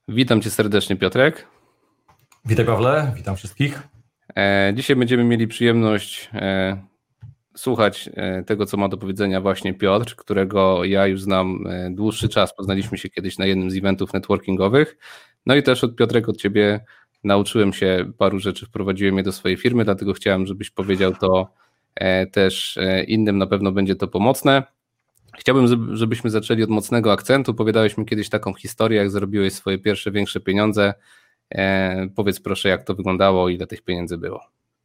Witam Cię serdecznie, Piotrek. Witaj, Pawle, witam wszystkich. Dzisiaj będziemy mieli przyjemność słuchać tego, co ma do powiedzenia właśnie Piotr, którego ja już znam dłuższy czas. Poznaliśmy się kiedyś na jednym z eventów networkingowych. No i też od Ciebie nauczyłem się paru rzeczy, wprowadziłem je do swojej firmy, dlatego chciałem, żebyś powiedział to też innym, na pewno będzie to pomocne. Chciałbym, żebyśmy zaczęli od mocnego akcentu. Opowiadałeś mi kiedyś taką historię, jak zarobiłeś swoje pierwsze, większe pieniądze. Powiedz proszę, jak to wyglądało, ile tych pieniędzy było.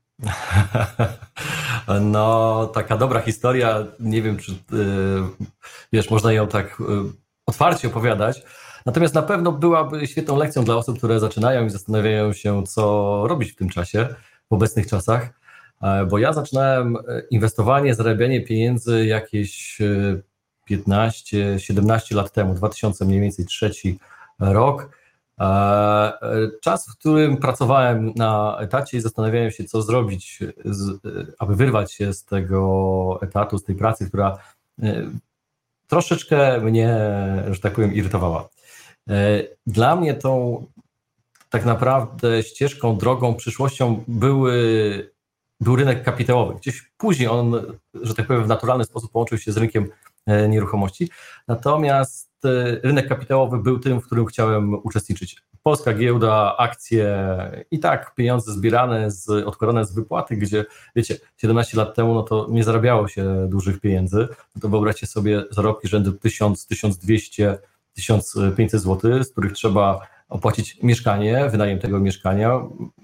No, taka dobra historia. Nie wiem, czy wiesz, można ją tak otwarcie opowiadać. Natomiast na pewno byłaby świetną lekcją dla osób, które zaczynają i zastanawiają się, co robić w tym czasie, w obecnych czasach. Bo ja zaczynałem inwestowanie, zarabianie pieniędzy jakieś 15-17 lat temu, 2000 mniej więcej trzeci rok. Czas, w którym pracowałem na etacie i zastanawiałem się, co zrobić, aby wyrwać się z tego etatu, z tej pracy, która troszeczkę mnie, że tak powiem, irytowała. Dla mnie tą tak naprawdę ścieżką, drogą, przyszłością był rynek kapitałowy. Gdzieś później on, że tak powiem, w naturalny sposób połączył się z rynkiem nieruchomości. Natomiast rynek kapitałowy był tym, w którym chciałem uczestniczyć. Polska giełda, akcje i tak pieniądze zbierane, odkładane z wypłaty, gdzie wiecie, 17 lat temu no to nie zarabiało się dużych pieniędzy. No to wyobraźcie sobie zarobki rzędu 1000, 1200, 1500 zł, z których trzeba opłacić mieszkanie, wynajem tego mieszkania,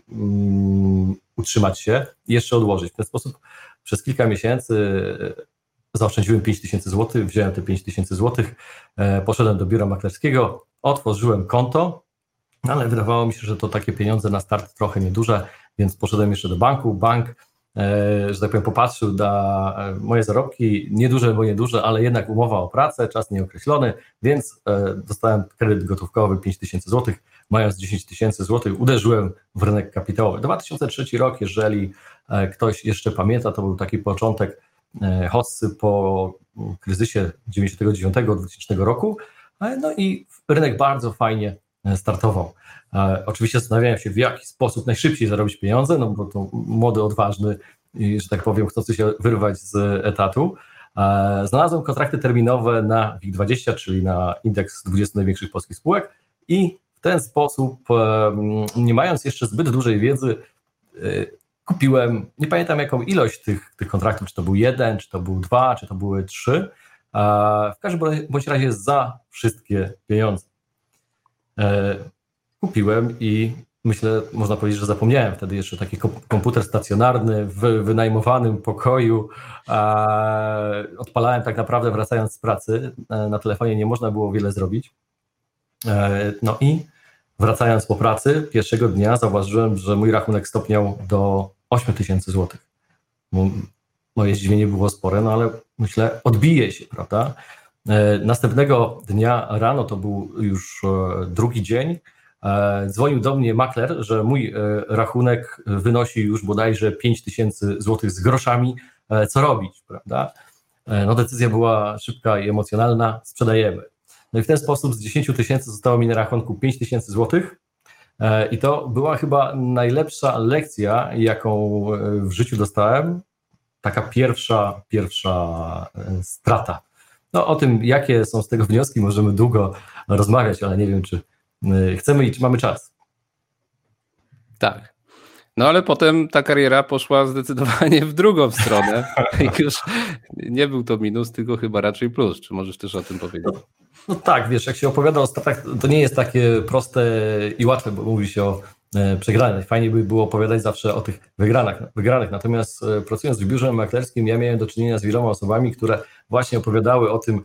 utrzymać się i jeszcze odłożyć. W ten sposób przez kilka miesięcy zaoszczędziłem 5000 zł, wziąłem te 5000 zł, poszedłem do biura maklerskiego, otworzyłem konto, ale wydawało mi się, że to takie pieniądze na start trochę nieduże, więc poszedłem jeszcze do banku. Bank, że tak powiem, popatrzył na moje zarobki, nieduże, bo nieduże, ale jednak umowa o pracę, czas nieokreślony, więc dostałem kredyt gotówkowy 5000 zł, mając 10 tysięcy złotych uderzyłem w rynek kapitałowy. 2003 rok, jeżeli ktoś jeszcze pamięta, to był taki początek hossy po kryzysie 99-2000 roku, no i rynek bardzo fajnie startował. Oczywiście zastanawiałem się, w jaki sposób najszybciej zarobić pieniądze, no bo to młody, odważny i, że tak powiem, chcący się wyrwać z etatu. Znalazłem kontrakty terminowe na WIG20, czyli na indeks 20 największych polskich spółek i w ten sposób, nie mając jeszcze zbyt dużej wiedzy, kupiłem, nie pamiętam jaką ilość tych kontraktów, czy to był 1, czy to był 2, czy to były 3, w każdym bądź razie za wszystkie pieniądze. Kupiłem i myślę, można powiedzieć, że zapomniałem wtedy jeszcze taki komputer stacjonarny w wynajmowanym pokoju. Odpalałem tak naprawdę wracając z pracy. Na telefonie nie można było wiele zrobić. No i wracając po pracy, pierwszego dnia zauważyłem, że mój rachunek stopniał do 8000 zł. Moje zdziwienie było spore, no ale myślę, odbije się, prawda? Następnego dnia rano, to był już drugi dzień, dzwonił do mnie makler, że mój rachunek wynosi już bodajże 5000 zł z groszami, co robić, prawda? No decyzja była szybka i emocjonalna, sprzedajemy. No i w ten sposób z 10 tysięcy zostało mi na rachunku 5000 zł i to była chyba najlepsza lekcja, jaką w życiu dostałem, taka pierwsza strata. No o tym, jakie są z tego wnioski, możemy długo rozmawiać, ale nie wiem, czy chcemy i czy mamy czas. Tak. No ale potem ta kariera poszła zdecydowanie w drugą stronę. I już nie był to minus, tylko chyba raczej plus. Czy możesz też o tym powiedzieć? No tak, wiesz, jak się opowiada o stratach, to nie jest takie proste i łatwe, bo mówi się o przegranych. Fajnie by było opowiadać zawsze o tych wygranych. Natomiast pracując w biurze maklerskim, ja miałem do czynienia z wieloma osobami, które właśnie opowiadały o tym,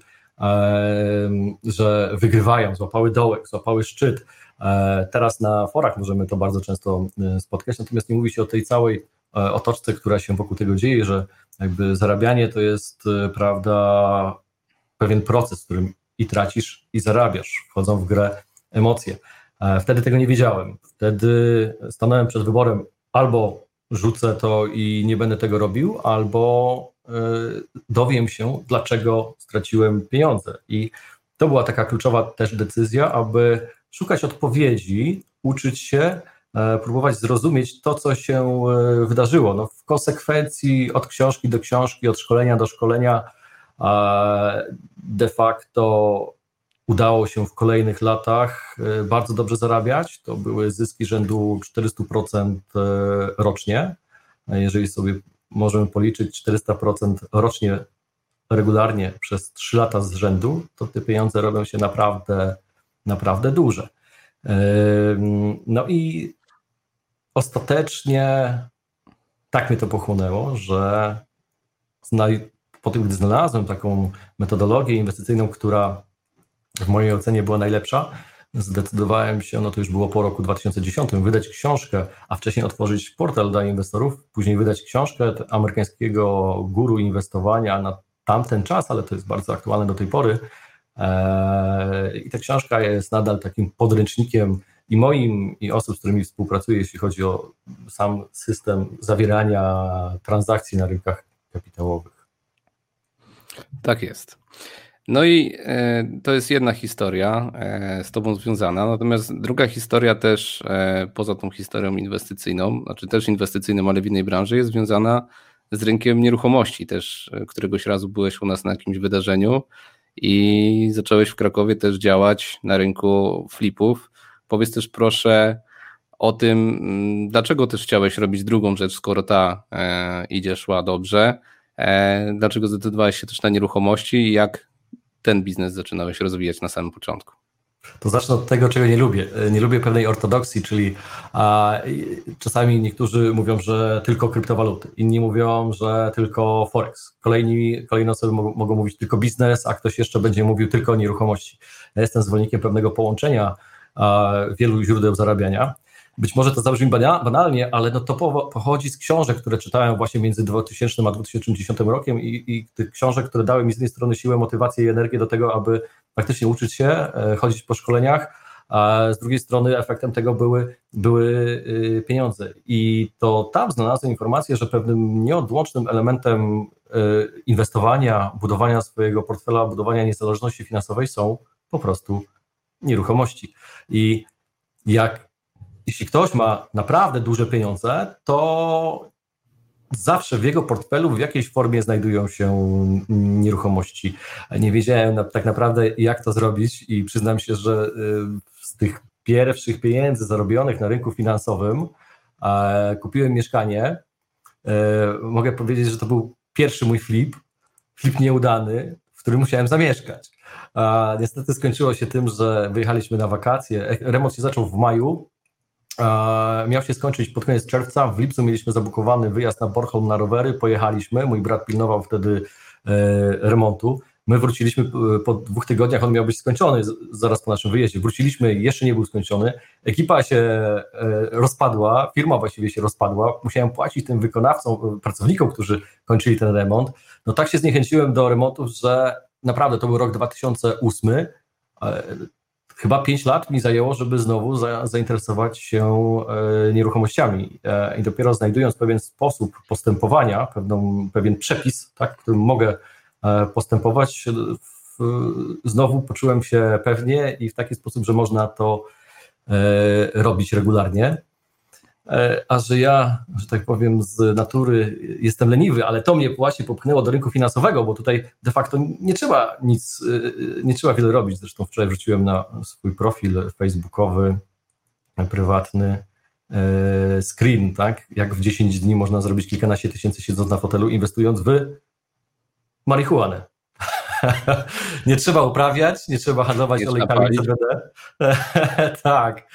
że wygrywają, złapały dołek, złapały szczyt. Teraz na forach możemy to bardzo często spotkać, natomiast nie mówi się o tej całej otoczce, która się wokół tego dzieje, że jakby zarabianie to jest, prawda, pewien proces, w którym i tracisz, i zarabiasz. Wchodzą w grę emocje. Wtedy tego nie wiedziałem. Wtedy stanąłem przed wyborem: albo rzucę to i nie będę tego robił, albo dowiem się, dlaczego straciłem pieniądze. I to była taka kluczowa też decyzja, aby szukać odpowiedzi, uczyć się, próbować zrozumieć to, co się wydarzyło. No, w konsekwencji od książki do książki, od szkolenia do szkolenia de facto udało się w kolejnych latach bardzo dobrze zarabiać. To były zyski rzędu 400% rocznie. Jeżeli sobie możemy policzyć 400% rocznie regularnie przez 3 lata z rzędu, to te pieniądze robią się naprawdę, naprawdę duże. No i ostatecznie tak mnie to pochłonęło, że po tym, gdy znalazłem taką metodologię inwestycyjną, która w mojej ocenie była najlepsza, zdecydowałem się, no to już było po roku 2010, wydać książkę, a wcześniej otworzyć portal dla inwestorów, później wydać książkę amerykańskiego guru inwestowania na tamten czas, ale to jest bardzo aktualne do tej pory. I ta książka jest nadal takim podręcznikiem i moim, i osób, z którymi współpracuję, jeśli chodzi o sam system zawierania transakcji na rynkach kapitałowych. Tak jest. No i to jest jedna historia z Tobą związana, natomiast druga historia też poza tą historią inwestycyjną, znaczy też inwestycyjną, ale w innej branży, jest związana z rynkiem nieruchomości też. Któregoś razu byłeś u nas na jakimś wydarzeniu i zacząłeś w Krakowie też działać na rynku flipów. Powiedz też proszę o tym, dlaczego też chciałeś robić drugą rzecz, skoro ta szła dobrze. Dlaczego zdecydowałeś się też na nieruchomości i jak ten biznes zaczynałeś rozwijać na samym początku? To zacznę od tego, czego nie lubię. Nie lubię pewnej ortodoksji, czyli czasami niektórzy mówią, że tylko kryptowaluty, inni mówią, że tylko forex. Kolejne osoby mogą mówić tylko biznes, a ktoś jeszcze będzie mówił tylko o nieruchomości. Ja jestem zwolennikiem pewnego połączenia wielu źródeł zarabiania. Być może to zabrzmi banalnie, ale no to pochodzi z książek, które czytałem właśnie między 2000 a 2010 rokiem i tych książek, które dały mi z jednej strony siłę, motywację i energię do tego, aby faktycznie uczyć się, chodzić po szkoleniach, a z drugiej strony efektem tego były pieniądze. I to tam znalazłem informację, że pewnym nieodłącznym elementem inwestowania, budowania swojego portfela, budowania niezależności finansowej są po prostu nieruchomości. I jeśli ktoś ma naprawdę duże pieniądze, to zawsze w jego portfelu w jakiejś formie znajdują się nieruchomości. Nie wiedziałem tak naprawdę, jak to zrobić i przyznam się, że z tych pierwszych pieniędzy zarobionych na rynku finansowym kupiłem mieszkanie. Mogę powiedzieć, że to był pierwszy mój flip nieudany, w którym musiałem zamieszkać. Niestety skończyło się tym, że wyjechaliśmy na wakacje. Remont się zaczął w maju. Miał się skończyć pod koniec czerwca. W lipcu mieliśmy zabukowany wyjazd na Bornholm na rowery. Pojechaliśmy. Mój brat pilnował wtedy remontu. My wróciliśmy po 2 tygodniach. On miał być skończony zaraz po naszym wyjeździe. Wróciliśmy, jeszcze nie był skończony. Ekipa się rozpadła. Firma właściwie się rozpadła. Musiałem płacić tym wykonawcom, pracownikom, którzy kończyli ten remont. No tak się zniechęciłem do remontów, że naprawdę to był rok 2008. Chyba 5 lat mi zajęło, żeby znowu zainteresować się nieruchomościami i dopiero znajdując pewien sposób postępowania, pewien przepis, tak, w którym mogę postępować, znowu poczułem się pewnie i w taki sposób, że można to robić regularnie. A że ja, że tak powiem, z natury jestem leniwy, ale to mnie właśnie popchnęło do rynku finansowego, bo tutaj de facto nie trzeba wiele robić. Zresztą wczoraj wrzuciłem na swój profil facebookowy, prywatny screen, tak? Jak w 10 dni można zrobić kilkanaście tysięcy siedząc na fotelu, inwestując w marihuanę. Nie trzeba uprawiać, nie trzeba handlować olejkami CBD. Tak.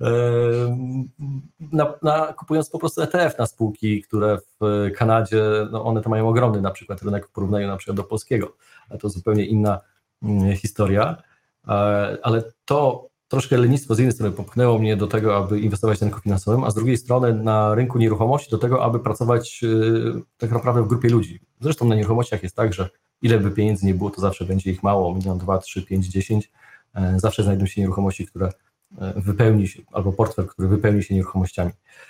Kupując po prostu ETF na spółki, które w Kanadzie, no one to mają ogromny na przykład rynek w porównaniu na przykład do polskiego. Ale to zupełnie inna historia. Ale to troszkę lenistwo z jednej strony popchnęło mnie do tego, aby inwestować na rynku finansowym, a z drugiej strony na rynku nieruchomości do tego, aby pracować tak naprawdę w grupie ludzi. Zresztą na nieruchomościach jest tak, że ile by pieniędzy nie było, to zawsze będzie ich mało, 1 milion, 2, 3, 5, 10. Zawsze znajdą się nieruchomości, które wypełni się, albo portfel, który wypełni się nieruchomościami.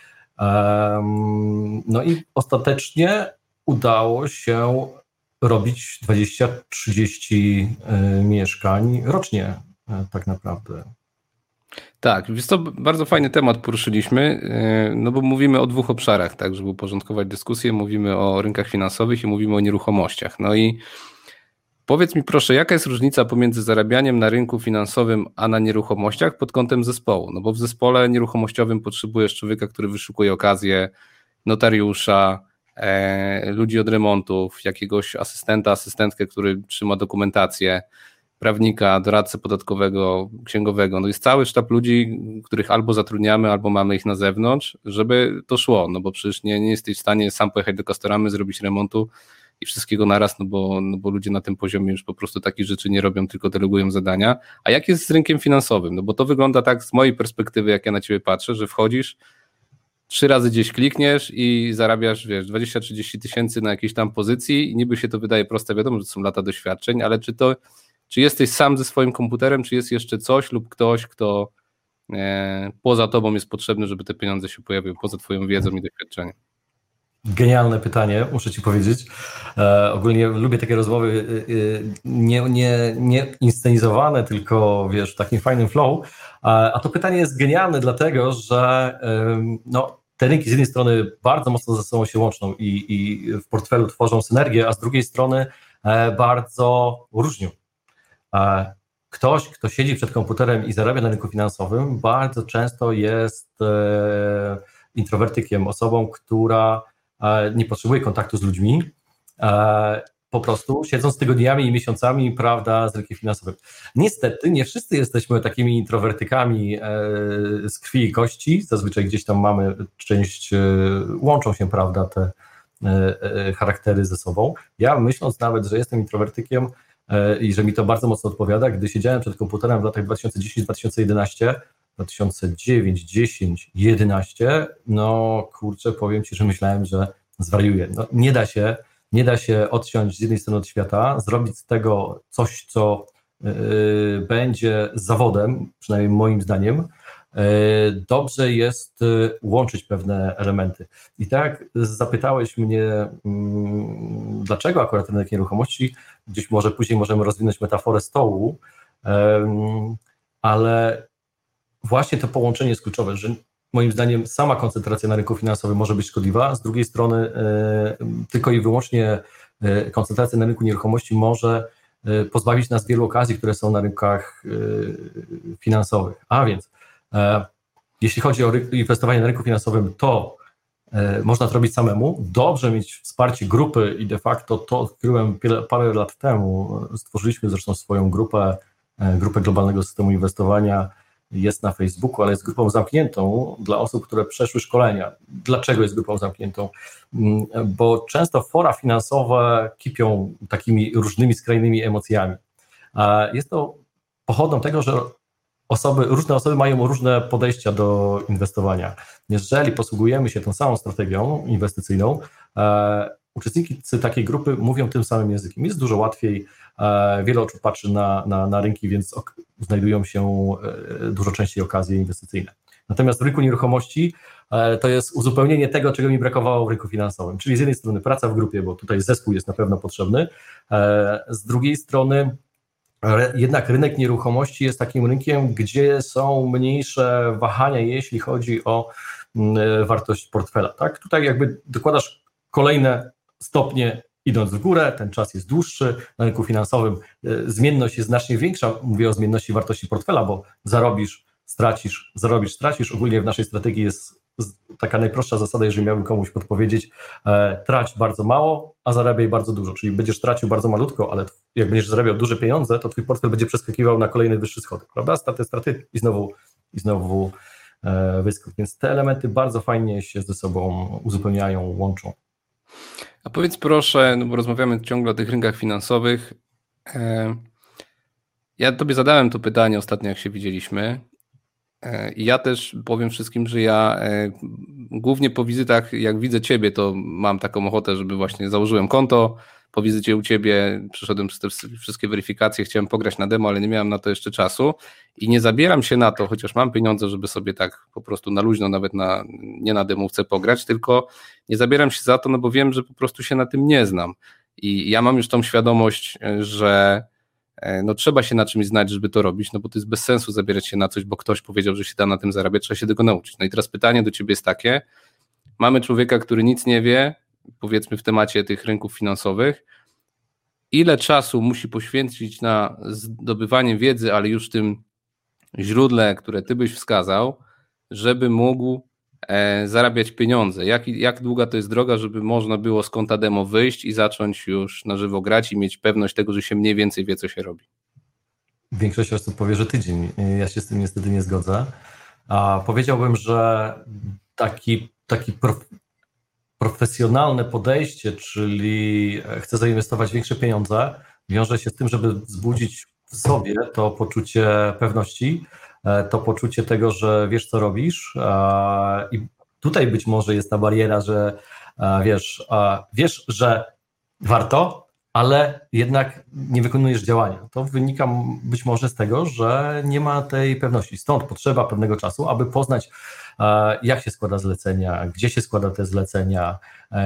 No i ostatecznie udało się robić 20-30 mieszkań rocznie tak naprawdę. Tak, więc to bardzo fajny temat poruszyliśmy, no bo mówimy o dwóch obszarach, tak, żeby uporządkować dyskusję, mówimy o rynkach finansowych i mówimy o nieruchomościach. No i powiedz mi proszę, jaka jest różnica pomiędzy zarabianiem na rynku finansowym, a na nieruchomościach pod kątem zespołu? No bo w zespole nieruchomościowym potrzebujesz człowieka, który wyszukuje okazję, notariusza, ludzi od remontów, jakiegoś asystenta, asystentkę, który trzyma dokumentację, prawnika, doradcę podatkowego, księgowego. No jest cały sztab ludzi, których albo zatrudniamy, albo mamy ich na zewnątrz, żeby to szło, no bo przecież nie jesteś w stanie sam pojechać do Castoramy, zrobić remontu i wszystkiego naraz, no bo ludzie na tym poziomie już po prostu takich rzeczy nie robią, tylko delegują zadania. A jak jest z rynkiem finansowym? No bo to wygląda tak z mojej perspektywy, jak ja na ciebie patrzę, że wchodzisz, 3 razy gdzieś klikniesz i zarabiasz, 20-30 tysięcy na jakiejś tam pozycji i niby się to wydaje proste, wiadomo, że to są lata doświadczeń, ale czy jesteś sam ze swoim komputerem, czy jest jeszcze coś lub ktoś, kto poza tobą jest potrzebny, żeby te pieniądze się pojawiły, poza twoją wiedzą i doświadczeniem? Genialne pytanie, muszę ci powiedzieć. Ogólnie lubię takie rozmowy nie inscenizowane, tylko w takim fajnym flow. A to pytanie jest genialne dlatego, że te rynki z jednej strony bardzo mocno ze sobą się łączą i w portfelu tworzą synergię, a z drugiej strony bardzo różnią. Ktoś, kto siedzi przed komputerem i zarabia na rynku finansowym, bardzo często jest introwertykiem, osobą, która nie potrzebuje kontaktu z ludźmi, po prostu siedząc tygodniami i miesiącami, prawda, z rynkiem finansowym. Niestety nie wszyscy jesteśmy takimi introwertykami z krwi i kości, zazwyczaj gdzieś tam mamy część, łączą się, prawda, te charaktery ze sobą. Ja myśląc nawet, że jestem introwertykiem i że mi to bardzo mocno odpowiada, gdy siedziałem przed komputerem w latach 2010, 2011, 2009, 10, 11, no kurczę, powiem ci, że myślałem, że zwariuję. No, nie da się odciąć z jednej strony od świata, zrobić z tego coś, co będzie zawodem, przynajmniej moim zdaniem. Dobrze jest łączyć pewne elementy. I tak zapytałeś mnie, dlaczego akurat rynek nieruchomości, gdzieś może później możemy rozwinąć metaforę stołu, ale właśnie to połączenie jest kluczowe, że moim zdaniem sama koncentracja na rynku finansowym może być szkodliwa, z drugiej strony tylko i wyłącznie koncentracja na rynku nieruchomości może pozbawić nas wielu okazji, które są na rynkach finansowych. A więc jeśli chodzi o inwestowanie na rynku finansowym, to można to robić samemu. Dobrze mieć wsparcie grupy i de facto to odkryłem parę lat temu. Stworzyliśmy zresztą swoją grupę globalnego systemu inwestowania. Jest na Facebooku, ale jest grupą zamkniętą dla osób, które przeszły szkolenia. Dlaczego jest grupą zamkniętą? Bo często fora finansowe kipią takimi różnymi skrajnymi emocjami. Jest to pochodną tego, że różne osoby mają różne podejścia do inwestowania. Jeżeli posługujemy się tą samą strategią inwestycyjną, uczestnicy takiej grupy mówią tym samym językiem. Jest dużo łatwiej, wiele oczu patrzy na rynki, więc znajdują się dużo częściej okazje inwestycyjne. Natomiast w rynku nieruchomości to jest uzupełnienie tego, czego mi brakowało w rynku finansowym. Czyli z jednej strony praca w grupie, bo tutaj zespół jest na pewno potrzebny, z drugiej strony jednak rynek nieruchomości jest takim rynkiem, gdzie są mniejsze wahania, jeśli chodzi o wartość portfela. Tak? Tutaj jakby dokładasz kolejne stopnie idąc w górę, ten czas jest dłuższy, na rynku finansowym zmienność jest znacznie większa, mówię o zmienności wartości portfela, bo zarobisz, stracisz, zarobisz, stracisz. Ogólnie w naszej strategii jest taka najprostsza zasada, jeżeli miałbym komuś podpowiedzieć, trać bardzo mało, a zarabiaj bardzo dużo, czyli będziesz tracił bardzo malutko, ale jak będziesz zarabiał duże pieniądze, to twój portfel będzie przeskakiwał na kolejny wyższy schodek, prawda? Straty i znowu wyskok, więc te elementy bardzo fajnie się ze sobą uzupełniają, łączą. A powiedz proszę, no bo rozmawiamy ciągle o tych rynkach finansowych. Ja tobie zadałem to pytanie ostatnio, jak się widzieliśmy. I ja też powiem wszystkim, że ja głównie po wizytach, jak widzę ciebie, to mam taką ochotę, żeby właśnie założyłem konto, po wizycie u ciebie przeszedłem przez te wszystkie weryfikacje, chciałem pograć na demo, ale nie miałem na to jeszcze czasu i nie zabieram się na to, chociaż mam pieniądze, żeby sobie tak po prostu na luźno, nawet nie na demówce pograć, tylko nie zabieram się za to, no bo wiem, że po prostu się na tym nie znam i ja mam już tą świadomość, że no trzeba się na czymś znać, żeby to robić, no bo to jest bez sensu zabierać się na coś, bo ktoś powiedział, że się da na tym zarabiać, trzeba się tego nauczyć. No i teraz pytanie do ciebie jest takie, mamy człowieka, który nic nie wie, powiedzmy w temacie tych rynków finansowych, ile czasu musi poświęcić na zdobywanie wiedzy, ale już w tym źródle, które ty byś wskazał, żeby mógł zarabiać pieniądze? Jak długa to jest droga, żeby można było z konta demo wyjść i zacząć już na żywo grać i mieć pewność tego, że się mniej więcej wie, co się robi? Większość osób powie, że tydzień. Ja się z tym niestety nie zgodzę. A powiedziałbym, że taki profesjonalne podejście, czyli chcę zainwestować większe pieniądze, wiąże się z tym, żeby wzbudzić w sobie to poczucie pewności, to poczucie tego, że wiesz, co robisz. I tutaj być może jest ta bariera, że wiesz, że warto, ale jednak nie wykonujesz działania. To wynika być może z tego, że nie ma tej pewności. Stąd potrzeba pewnego czasu, aby poznać, jak się składa zlecenia, gdzie się składa te zlecenia,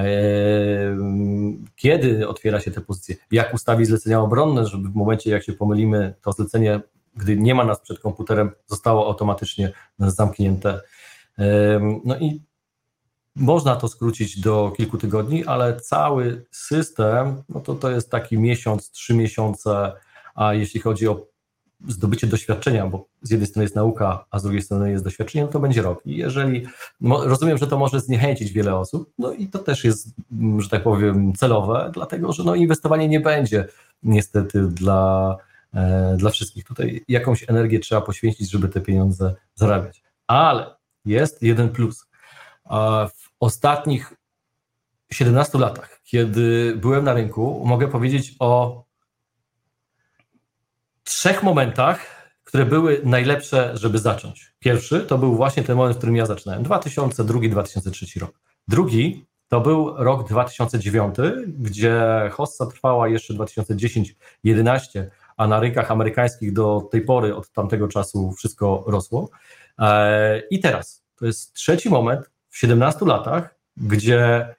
kiedy otwiera się te pozycje, jak ustawić zlecenia obronne, żeby w momencie, jak się pomylimy, to zlecenie, gdy nie ma nas przed komputerem, zostało automatycznie zamknięte. No i można to skrócić do kilku tygodni, ale cały system, no to jest taki miesiąc, 3 miesiące, a jeśli chodzi o zdobycie doświadczenia, bo z jednej strony jest nauka, a z drugiej strony jest doświadczenie, no to będzie rok. I rozumiem, że to może zniechęcić wiele osób, no i to też jest, że tak powiem, celowe, dlatego że inwestowanie nie będzie niestety dla wszystkich. Tutaj jakąś energię trzeba poświęcić, żeby te pieniądze zarabiać. Ale jest jeden plus. W ostatnich 17 latach, kiedy byłem na rynku, mogę powiedzieć o 3 momentach, które były najlepsze, żeby zacząć. Pierwszy to był właśnie ten moment, w którym ja zaczynałem, 2002-2003 rok. Drugi to był rok 2009, gdzie hossa trwała jeszcze 2010-2011, a na rynkach amerykańskich do tej pory, od tamtego czasu wszystko rosło. I teraz, to jest trzeci moment w 17 latach, gdzie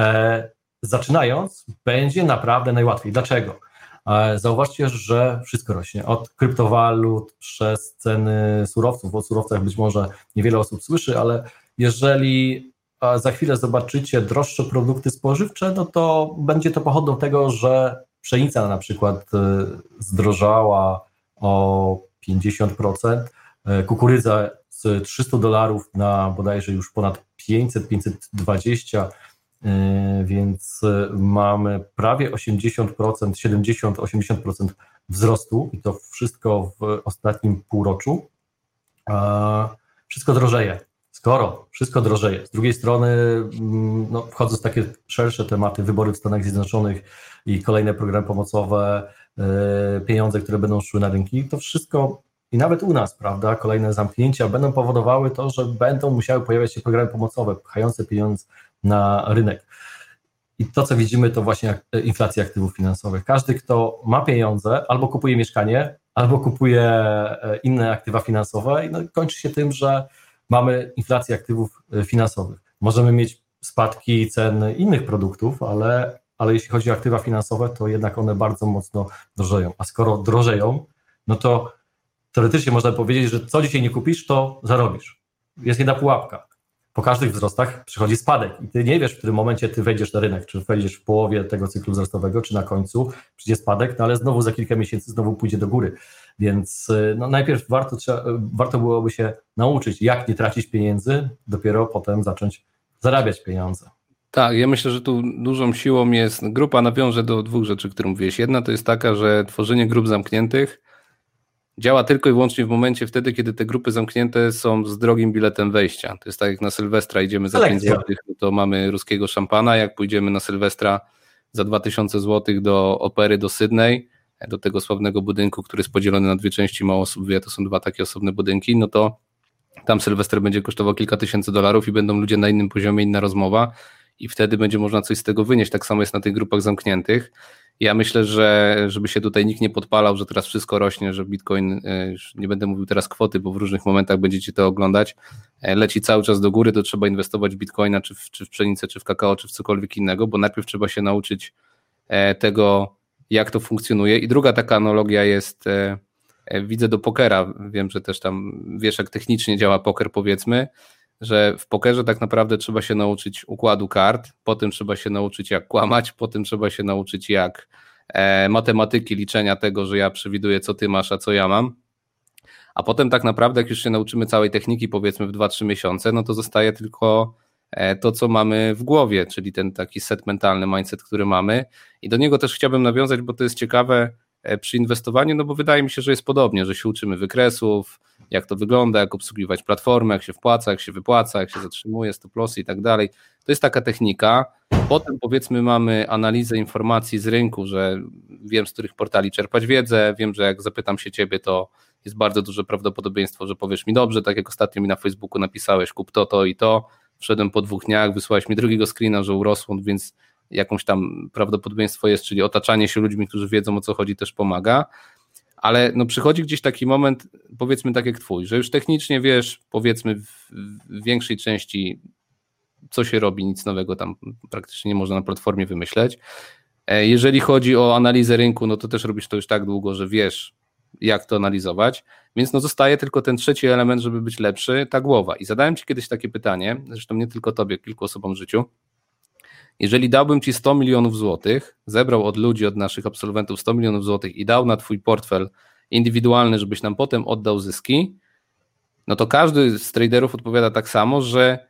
zaczynając będzie naprawdę najłatwiej. Dlaczego? Zauważcie, że wszystko rośnie, od kryptowalut przez ceny surowców. O surowcach być może niewiele osób słyszy, ale jeżeli za chwilę zobaczycie droższe produkty spożywcze, no to będzie to pochodną tego, że pszenica na przykład zdrożała o 50%, kukurydza z $300 na bodajże już ponad 500-520, więc mamy prawie 80%, 70-80% wzrostu i to wszystko w ostatnim półroczu. Wszystko drożeje. Skoro wszystko drożeje, z drugiej strony wchodzą w takie szersze tematy, wybory w Stanach Zjednoczonych i kolejne programy pomocowe, pieniądze, które będą szły na rynki, to wszystko i nawet u nas, prawda, kolejne zamknięcia będą powodowały to, że będą musiały pojawiać się programy pomocowe, pchające pieniądze na rynek. I to, co widzimy, to właśnie inflacja aktywów finansowych. Każdy, kto ma pieniądze, albo kupuje mieszkanie, albo kupuje inne aktywa finansowe i kończy się tym, że mamy inflację aktywów finansowych. Możemy mieć spadki cen innych produktów, ale jeśli chodzi o aktywa finansowe, to jednak one bardzo mocno drożeją. A skoro drożeją, no to teoretycznie można powiedzieć, że co dzisiaj nie kupisz, to zarobisz. Jest jedna pułapka. Po każdych wzrostach przychodzi spadek i ty nie wiesz, w którym momencie ty wejdziesz na rynek, czy wejdziesz w połowie tego cyklu wzrostowego, czy na końcu przyjdzie spadek, ale znowu za kilka miesięcy znowu pójdzie do góry. Więc najpierw warto byłoby się nauczyć, jak nie tracić pieniędzy, dopiero potem zacząć zarabiać pieniądze. Tak, ja myślę, że tu dużą siłą jest grupa, nawiążę do 2 rzeczy, które mówiłeś. Jedna to jest taka, że tworzenie grup zamkniętych działa tylko i wyłącznie w momencie wtedy, kiedy te grupy zamknięte są z drogim biletem wejścia. To jest tak jak na Sylwestra idziemy za 5 zł, to mamy ruskiego szampana, jak pójdziemy na Sylwestra za 2000 zł do opery, do Sydney, do tego sławnego budynku, który jest podzielony na 2 części, mało osób wie, to są 2 takie osobne budynki, no to tam Sylwester będzie kosztował kilka tysięcy dolarów i będą ludzie na innym poziomie, inna rozmowa i wtedy będzie można coś z tego wynieść. Tak samo jest na tych grupach zamkniętych. Ja myślę, że żeby się tutaj nikt nie podpalał, że teraz wszystko rośnie, że Bitcoin, już nie będę mówił teraz kwoty, bo w różnych momentach będziecie to oglądać, leci cały czas do góry, to trzeba inwestować w Bitcoina, czy w pszenicę, czy w kakao, czy w cokolwiek innego, bo najpierw trzeba się nauczyć tego, jak to funkcjonuje. I druga taka analogia jest, widzę do pokera, wiem, że też tam wiesz, jak technicznie działa poker, powiedzmy, że w pokerze tak naprawdę trzeba się nauczyć układu kart, potem trzeba się nauczyć jak kłamać, potem trzeba się nauczyć jak matematyki, liczenia tego, że ja przewiduję, co ty masz, a co ja mam, a potem tak naprawdę jak już się nauczymy całej techniki, powiedzmy w 2-3 miesiące, no to zostaje tylko to, co mamy w głowie, czyli ten taki set mentalny, mindset, który mamy, i do niego też chciałbym nawiązać, bo to jest ciekawe przy inwestowaniu, no bo wydaje mi się, że jest podobnie, że się uczymy wykresów, jak to wygląda, jak obsługiwać platformę, jak się wpłaca, jak się wypłaca, jak się zatrzymuje, stop lossy i tak dalej. To jest taka technika. Potem powiedzmy mamy analizę informacji z rynku, że wiem, z których portali czerpać wiedzę, wiem, że jak zapytam się ciebie, to jest bardzo duże prawdopodobieństwo, że powiesz mi dobrze, tak jak ostatnio mi na Facebooku napisałeś, kup to i to, wszedłem po 2 dniach, wysłałeś mi drugiego screena, że urosło, więc jakąś tam prawdopodobieństwo jest, czyli otaczanie się ludźmi, którzy wiedzą, o co chodzi, też pomaga, ale no przychodzi gdzieś taki moment, powiedzmy tak jak twój, że już technicznie wiesz, powiedzmy w większej części, co się robi, nic nowego tam praktycznie nie można na platformie wymyśleć. Jeżeli chodzi o analizę rynku, no to też robisz to już tak długo, że wiesz, jak to analizować, więc no zostaje tylko ten trzeci element, żeby być lepszy, ta głowa. I zadałem ci kiedyś takie pytanie, zresztą nie tylko tobie, kilku osobom w życiu. Jeżeli dałbym ci 100 milionów złotych, zebrał od ludzi, od naszych absolwentów 100 milionów złotych i dał na twój portfel indywidualny, żebyś nam potem oddał zyski, no to każdy z traderów odpowiada tak samo, że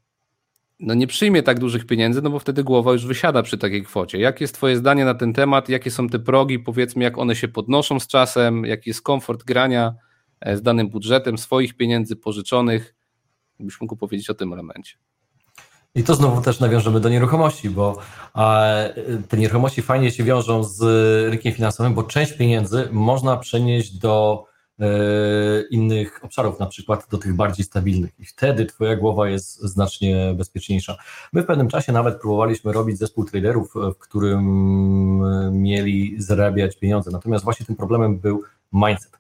no nie przyjmie tak dużych pieniędzy, no bo wtedy głowa już wysiada przy takiej kwocie. Jakie jest twoje zdanie na ten temat? Jakie są te progi? Powiedzmy, jak one się podnoszą z czasem? Jaki jest komfort grania z danym budżetem, swoich pieniędzy pożyczonych? Byś mógł powiedzieć o tym elemencie. I to znowu też nawiążemy do nieruchomości, bo te nieruchomości fajnie się wiążą z rynkiem finansowym, bo część pieniędzy można przenieść do innych obszarów, na przykład do tych bardziej stabilnych, i wtedy twoja głowa jest znacznie bezpieczniejsza. My w pewnym czasie nawet próbowaliśmy robić zespół traderów, w którym mieli zarabiać pieniądze, natomiast właśnie tym problemem był mindset.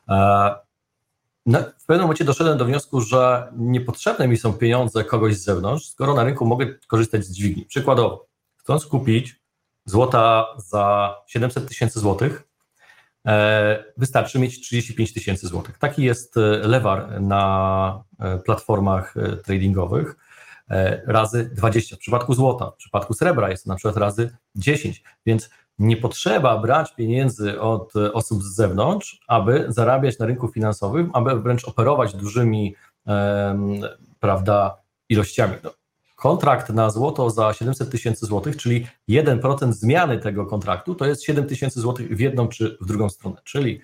No, w pewnym momencie doszedłem do wniosku, że niepotrzebne mi są pieniądze kogoś z zewnątrz, skoro na rynku mogę korzystać z dźwigni. Przykładowo, chcąc kupić złota za 700 tysięcy złotych, wystarczy mieć 35 tysięcy złotych. Taki jest lewar na platformach tradingowych, razy 20. W przypadku złota, w przypadku srebra jest to na przykład razy 10, więc nie potrzeba brać pieniędzy od osób z zewnątrz, aby zarabiać na rynku finansowym, aby wręcz operować dużymi ilościami. No, kontrakt na złoto za 700 tysięcy złotych, czyli 1% zmiany tego kontraktu, to jest 7 tysięcy złotych w jedną czy w drugą stronę. Czyli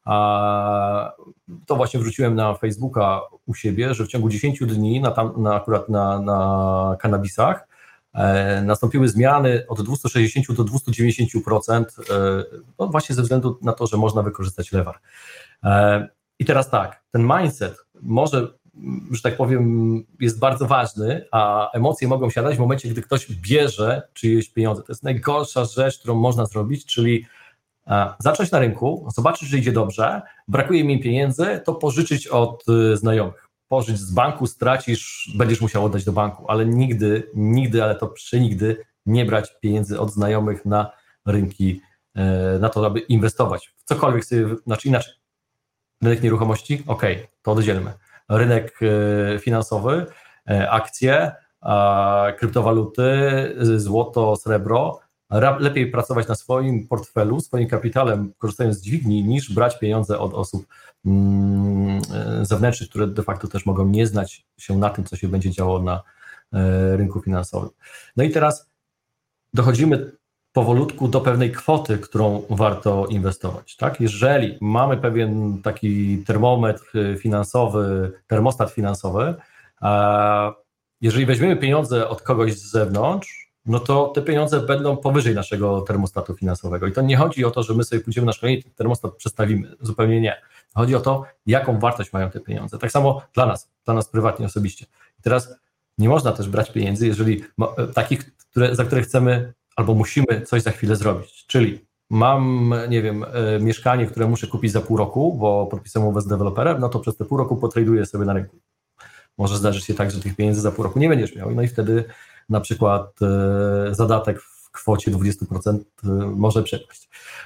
to właśnie wrzuciłem na Facebooka u siebie, że w ciągu 10 dni akurat na kannabisach nastąpiły zmiany od 260 do 290%, no właśnie ze względu na to, że można wykorzystać lewar. I teraz tak, ten mindset może, że tak powiem, jest bardzo ważny, a emocje mogą siadać w momencie, gdy ktoś bierze czyjeś pieniądze. To jest najgorsza rzecz, którą można zrobić, czyli zacząć na rynku, zobaczyć, że idzie dobrze, brakuje mi pieniędzy, to pożyczyć od znajomych. Pożyć z banku, stracisz, będziesz musiał oddać do banku, ale nigdy, ale to przenigdy nie brać pieniędzy od znajomych na rynki, na to, aby inwestować w cokolwiek sobie, znaczy inaczej. Rynek nieruchomości, to oddzielmy. Rynek finansowy, akcje, kryptowaluty, złoto, srebro. Lepiej pracować na swoim portfelu, swoim kapitałem, korzystając z dźwigni, niż brać pieniądze od osób zewnętrznych, które de facto też mogą nie znać się na tym, co się będzie działo na rynku finansowym. No i teraz dochodzimy powolutku do pewnej kwoty, którą warto inwestować. Tak? Jeżeli mamy pewien taki termometr finansowy, termostat finansowy, jeżeli weźmiemy pieniądze od kogoś z zewnątrz, no to te pieniądze będą powyżej naszego termostatu finansowego. I to nie chodzi o to, że my sobie pójdziemy na szkolenie i ten termostat przestawimy. Zupełnie nie. Chodzi o to, jaką wartość mają te pieniądze. Tak samo dla nas prywatnie, osobiście. I teraz nie można też brać pieniędzy, jeżeli takich, za które chcemy albo musimy coś za chwilę zrobić. Czyli mam, nie wiem, mieszkanie, które muszę kupić za pół roku, bo podpisałem umowę z deweloperem, no to przez te pół roku potraduję sobie na rynku. Może zdarzyć się tak, że tych pieniędzy za pół roku nie będziesz miał. No i wtedy na przykład zadatek w kwocie 20% może przepaść.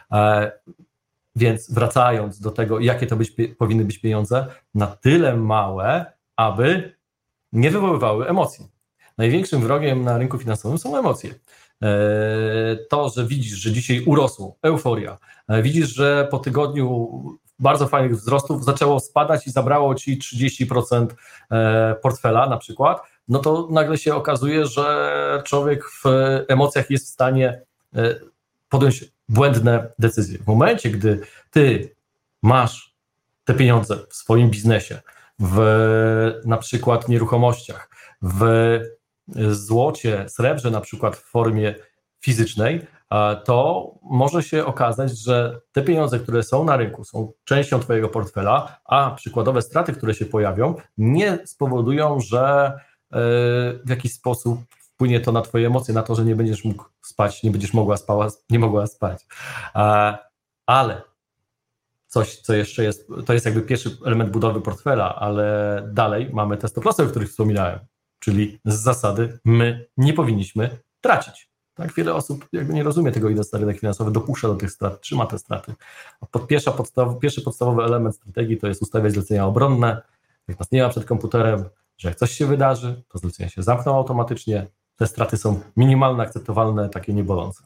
Więc wracając do tego, jakie to powinny być pieniądze, na tyle małe, aby nie wywoływały emocji. Największym wrogiem na rynku finansowym są emocje. To, że widzisz, że dzisiaj urosło, euforia, widzisz, że po tygodniu bardzo fajnych wzrostów zaczęło spadać i zabrało ci 30% portfela na przykład, no to nagle się okazuje, że człowiek w emocjach jest w stanie podjąć błędne decyzje. W momencie, gdy ty masz te pieniądze w swoim biznesie, w na przykład nieruchomościach, w złocie, srebrze na przykład w formie fizycznej, to może się okazać, że te pieniądze, które są na rynku, są częścią twojego portfela, a przykładowe straty, które się pojawią, nie spowodują, że w jakiś sposób wpłynie to na twoje emocje, na to, że nie będziesz mógł spać, nie będziesz mogła spać. Ale coś, co jeszcze jest, to jest jakby pierwszy element budowy portfela, ale dalej mamy te stop-lossy, o których wspominałem, czyli z zasady my nie powinniśmy tracić. Tak, wiele osób jakby nie rozumie tego, ile rynek finansowy dopuszcza do tych strat, trzyma te straty. A pierwszy podstawowy element strategii to jest ustawiać zlecenia obronne, jak nas nie ma przed komputerem, że jak coś się wydarzy, to zlecenia się zamkną automatycznie, te straty są minimalne, akceptowalne, takie niebolące.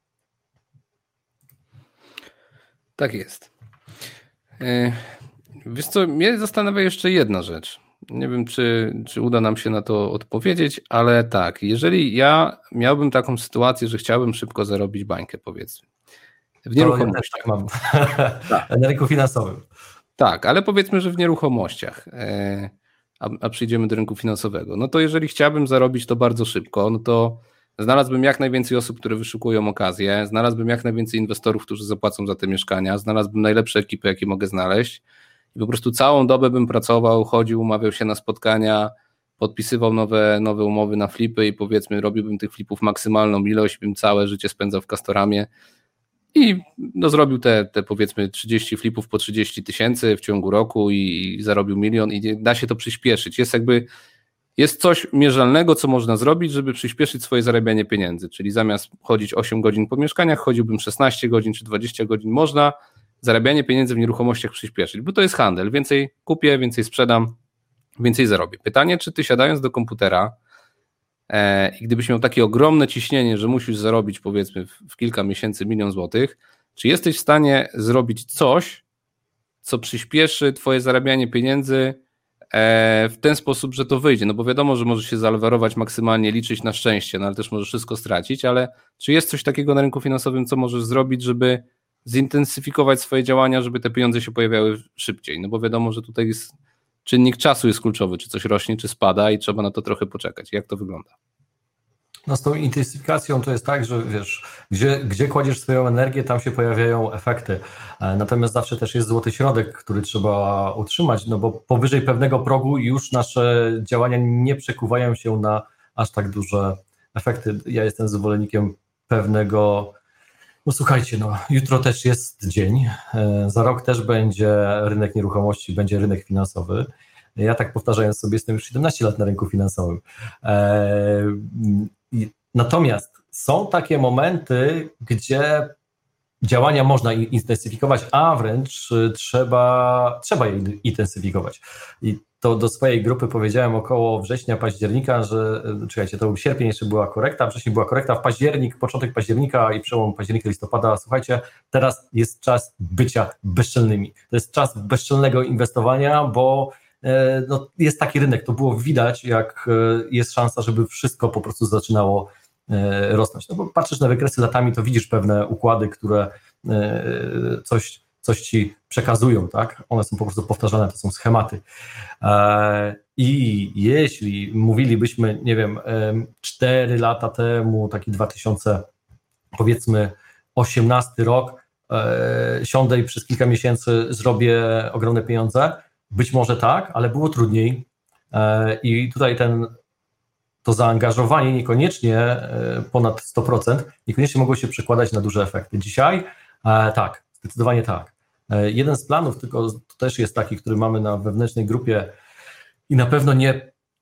Tak jest. Wiesz co, mnie zastanawia jeszcze jedna rzecz. Nie wiem, czy uda nam się na to odpowiedzieć, ale tak, jeżeli ja miałbym taką sytuację, że chciałbym szybko zarobić bańkę, powiedzmy, w nieruchomościach. Ja też tak mam. Na rynku finansowym. Tak, ale powiedzmy, że w nieruchomościach, a przyjdziemy do rynku finansowego, no to jeżeli chciałbym zarobić to bardzo szybko, no to znalazłbym jak najwięcej osób, które wyszukują okazję, znalazłbym jak najwięcej inwestorów, którzy zapłacą za te mieszkania, znalazłbym najlepsze ekipy, jakie mogę znaleźć i po prostu całą dobę bym pracował, chodził, umawiał się na spotkania, podpisywał nowe umowy na flipy i powiedzmy robiłbym tych flipów maksymalną ilość, bym całe życie spędzał w Castoramie i no, zrobił te powiedzmy 30 flipów po 30 000 w ciągu roku i zarobił 1 000 000 i da się to przyspieszyć. Jest coś mierzalnego, co można zrobić, żeby przyspieszyć swoje zarabianie pieniędzy, czyli zamiast chodzić 8 godzin po mieszkaniach, chodziłbym 16 godzin czy 20 godzin. Można zarabianie pieniędzy w nieruchomościach przyspieszyć, bo to jest handel. Więcej kupię, więcej sprzedam, więcej zarobię. Pytanie, czy ty siadając do komputera i gdybyś miał takie ogromne ciśnienie, że musisz zarobić powiedzmy w kilka miesięcy 1 000 000 złotych, czy jesteś w stanie zrobić coś, co przyspieszy twoje zarabianie pieniędzy w ten sposób, że to wyjdzie, no bo wiadomo, że możesz się zalewarować maksymalnie, liczyć na szczęście, no ale też możesz wszystko stracić, ale czy jest coś takiego na rynku finansowym, co możesz zrobić, żeby zintensyfikować swoje działania, żeby te pieniądze się pojawiały szybciej, no bo wiadomo, że tutaj jest czynnik czasu jest kluczowy, czy coś rośnie, czy spada i trzeba na to trochę poczekać. Jak to wygląda? No z tą intensyfikacją to jest tak, że wiesz, gdzie kładziesz swoją energię, tam się pojawiają efekty. Natomiast zawsze też jest złoty środek, który trzeba utrzymać, no bo powyżej pewnego progu już nasze działania nie przekuwają się na aż tak duże efekty. Ja jestem zwolennikiem pewnego, no słuchajcie, no jutro też jest dzień, za rok też będzie rynek nieruchomości, będzie rynek finansowy. Ja tak powtarzając sobie, jestem już 17 lat na rynku finansowym. Natomiast są takie momenty, gdzie działania można intensyfikować, a wręcz trzeba je intensyfikować. I to do swojej grupy powiedziałem około września, października, że czekajcie, to był sierpień, jeszcze była korekta, wcześniej była korekta, w początek października i przełom października, listopada, słuchajcie, teraz jest czas bycia bezczelnymi. To jest czas bezczelnego inwestowania, bo no, jest taki rynek, to było widać, jak jest szansa, żeby wszystko po prostu zaczynało rosnąć. No bo patrzysz na wykresy latami, to widzisz pewne układy, które coś ci przekazują, tak? One są po prostu powtarzane, to są schematy. I jeśli mówilibyśmy, nie wiem, 4 lata temu, taki 2000, powiedzmy 18 rok, siądę i przez kilka miesięcy zrobię ogromne pieniądze, być może tak, ale było trudniej i tutaj to zaangażowanie niekoniecznie ponad 100%, niekoniecznie mogło się przekładać na duże efekty. Dzisiaj tak, zdecydowanie tak. Jeden z planów, tylko to też jest taki, który mamy na wewnętrznej grupie i na pewno nie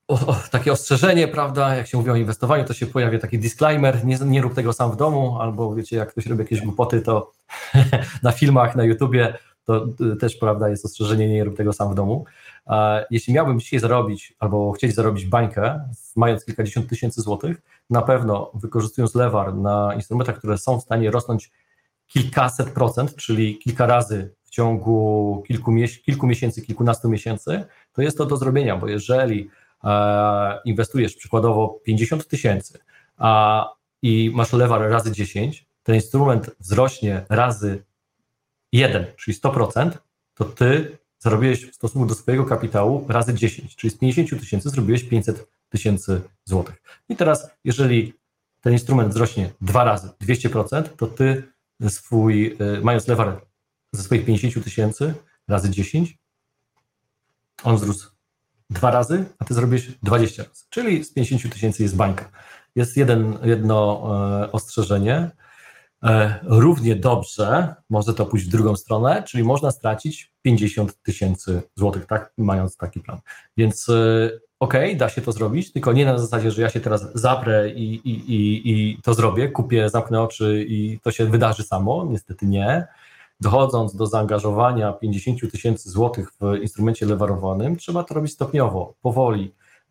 takie ostrzeżenie, prawda, jak się mówi o inwestowaniu, to się pojawia taki disclaimer, nie rób tego sam w domu, albo wiecie, jak ktoś robi jakieś głupoty, to na filmach, na YouTubie, to też, prawda, jest ostrzeżenie, nie rób tego sam w domu. Jeśli miałbym dzisiaj zarobić, albo chcieć zarobić bańkę, mając kilkadziesiąt tysięcy złotych, na pewno wykorzystując lewar na instrumentach, które są w stanie rosnąć kilkaset procent, czyli kilka razy w ciągu kilku miesięcy, kilkunastu miesięcy, to jest to do zrobienia, bo jeżeli inwestujesz przykładowo 50 tysięcy i masz lewar razy 10, ten instrument wzrośnie razy 1, czyli 100%, to ty zarobiłeś w stosunku do swojego kapitału razy 10, czyli z 50 tysięcy zrobiłeś 500 tysięcy złotych. I teraz, jeżeli ten instrument wzrośnie 2 razy 200%, to ty mając lewar ze swoich 50 tysięcy razy 10, on wzrósł 2 razy, a ty zrobisz 20 razy, czyli z 50 tysięcy jest bańka. Jest jedno ostrzeżenie. Równie dobrze może to pójść w drugą stronę, czyli można stracić 50 tysięcy złotych, tak, mając taki plan. Więc da się to zrobić, tylko nie na zasadzie, że ja się teraz zaprę i to zrobię, kupię, zamknę oczy i to się wydarzy samo, niestety nie. Dochodząc do zaangażowania 50 tysięcy złotych w instrumencie lewarowanym, trzeba to robić stopniowo, powoli.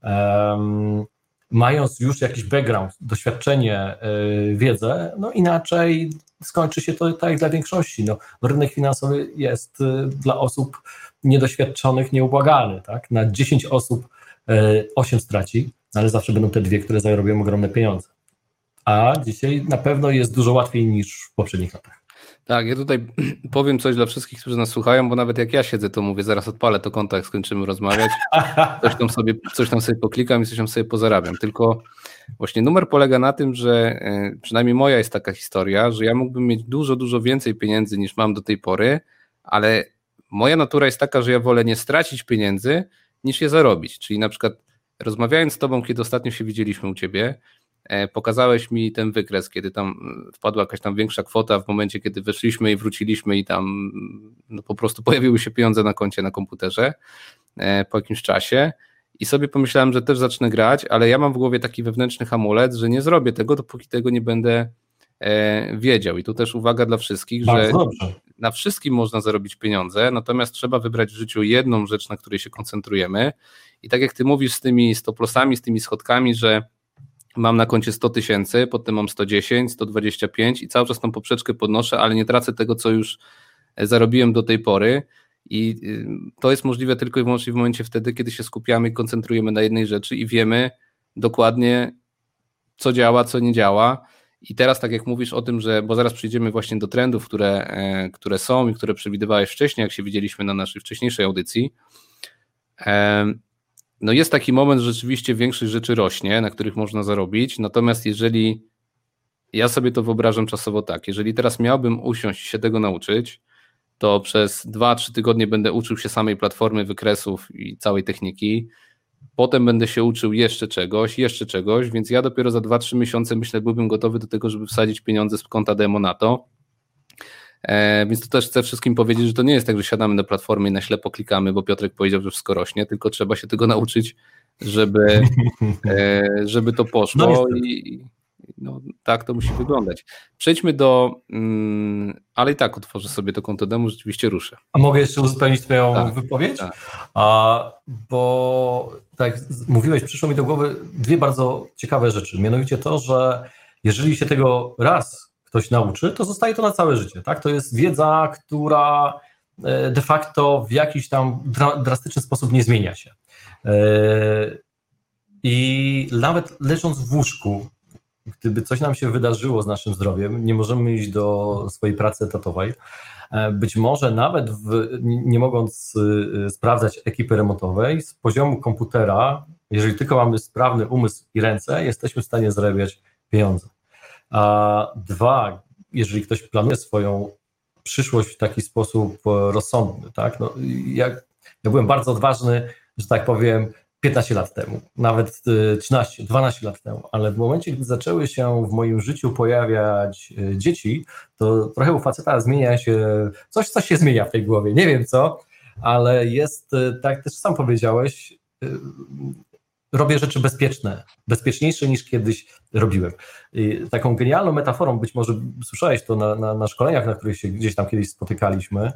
Mając już jakiś background, doświadczenie, wiedzę, no inaczej skończy się to tak jak dla większości. Rynek finansowy jest dla osób niedoświadczonych nieubłagalny. Tak? Na 10 osób 8 straci, ale zawsze będą te 2, które zarobią ogromne pieniądze. A dzisiaj na pewno jest dużo łatwiej niż w poprzednich latach. Tak, ja tutaj powiem coś dla wszystkich, którzy nas słuchają, bo nawet jak ja siedzę, to mówię, zaraz odpalę to konto, jak skończymy rozmawiać, coś tam sobie poklikam i coś tam sobie pozarabiam. Tylko właśnie numer polega na tym, że przynajmniej moja jest taka historia, że ja mógłbym mieć dużo, dużo więcej pieniędzy niż mam do tej pory, ale moja natura jest taka, że ja wolę nie stracić pieniędzy, niż je zarobić. Czyli na przykład rozmawiając z tobą, kiedy ostatnio się widzieliśmy u ciebie, pokazałeś mi ten wykres, kiedy tam wpadła jakaś tam większa kwota w momencie, kiedy weszliśmy i wróciliśmy i tam po prostu pojawiły się pieniądze na koncie, na komputerze po jakimś czasie i sobie pomyślałem, że też zacznę grać, ale ja mam w głowie taki wewnętrzny hamulec, że nie zrobię tego, dopóki tego nie będę wiedział. I tu też uwaga dla wszystkich, że na wszystkim można zarobić pieniądze, natomiast trzeba wybrać w życiu jedną rzecz, na której się koncentrujemy i tak jak ty mówisz z tymi stop-lossami, z tymi schodkami, że mam na koncie 100 tysięcy, potem mam 110, 125 i cały czas tą poprzeczkę podnoszę, ale nie tracę tego, co już zarobiłem do tej pory i to jest możliwe tylko i wyłącznie w momencie wtedy, kiedy się skupiamy i koncentrujemy na jednej rzeczy i wiemy dokładnie, co działa, co nie działa. I teraz tak jak mówisz o tym, że, bo zaraz przejdziemy właśnie do trendów, które są i które przewidywałeś wcześniej, jak się widzieliśmy na naszej wcześniejszej audycji, no jest taki moment, że rzeczywiście większość rzeczy rośnie, na których można zarobić, natomiast jeżeli, ja sobie to wyobrażam czasowo tak, jeżeli teraz miałbym usiąść i się tego nauczyć, to przez 2-3 tygodnie będę uczył się samej platformy wykresów i całej techniki, potem będę się uczył jeszcze czegoś, więc ja dopiero za 2-3 miesiące myślę, byłbym gotowy do tego, żeby wsadzić pieniądze z konta demo na to. Więc to też chcę wszystkim powiedzieć, że to nie jest tak, że siadamy na platformie i na ślepo klikamy, bo Piotrek powiedział, że wszystko rośnie, tylko trzeba się tego nauczyć, żeby to poszło i tak to musi wyglądać. Przejdźmy ale i tak otworzę sobie to konto demo, rzeczywiście ruszę. A mogę jeszcze uzupełnić twoją wypowiedź? Tak. Bo tak jak mówiłeś, przyszło mi do głowy 2 bardzo ciekawe rzeczy, mianowicie to, że jeżeli się tego raz ktoś nauczy, to zostaje to na całe życie. Tak? To jest wiedza, która de facto w jakiś tam drastyczny sposób nie zmienia się. I nawet leżąc w łóżku, gdyby coś nam się wydarzyło z naszym zdrowiem, nie możemy iść do swojej pracy etatowej, być może nawet nie mogąc sprawdzać ekipy remontowej, z poziomu komputera, jeżeli tylko mamy sprawny umysł i ręce, jesteśmy w stanie zarabiać pieniądze. A 2, jeżeli ktoś planuje swoją przyszłość w taki sposób rozsądny, tak? Ja byłem bardzo odważny, że tak powiem, 15 lat temu, nawet 13, 12 lat temu, ale w momencie, gdy zaczęły się w moim życiu pojawiać dzieci, to trochę u faceta zmienia się, coś się zmienia w tej głowie, nie wiem co, ale jest, tak też sam powiedziałeś, robię rzeczy bezpieczniejsze niż kiedyś robiłem. Taką genialną metaforą, być może słyszałeś to na szkoleniach, na których się gdzieś tam kiedyś spotykaliśmy,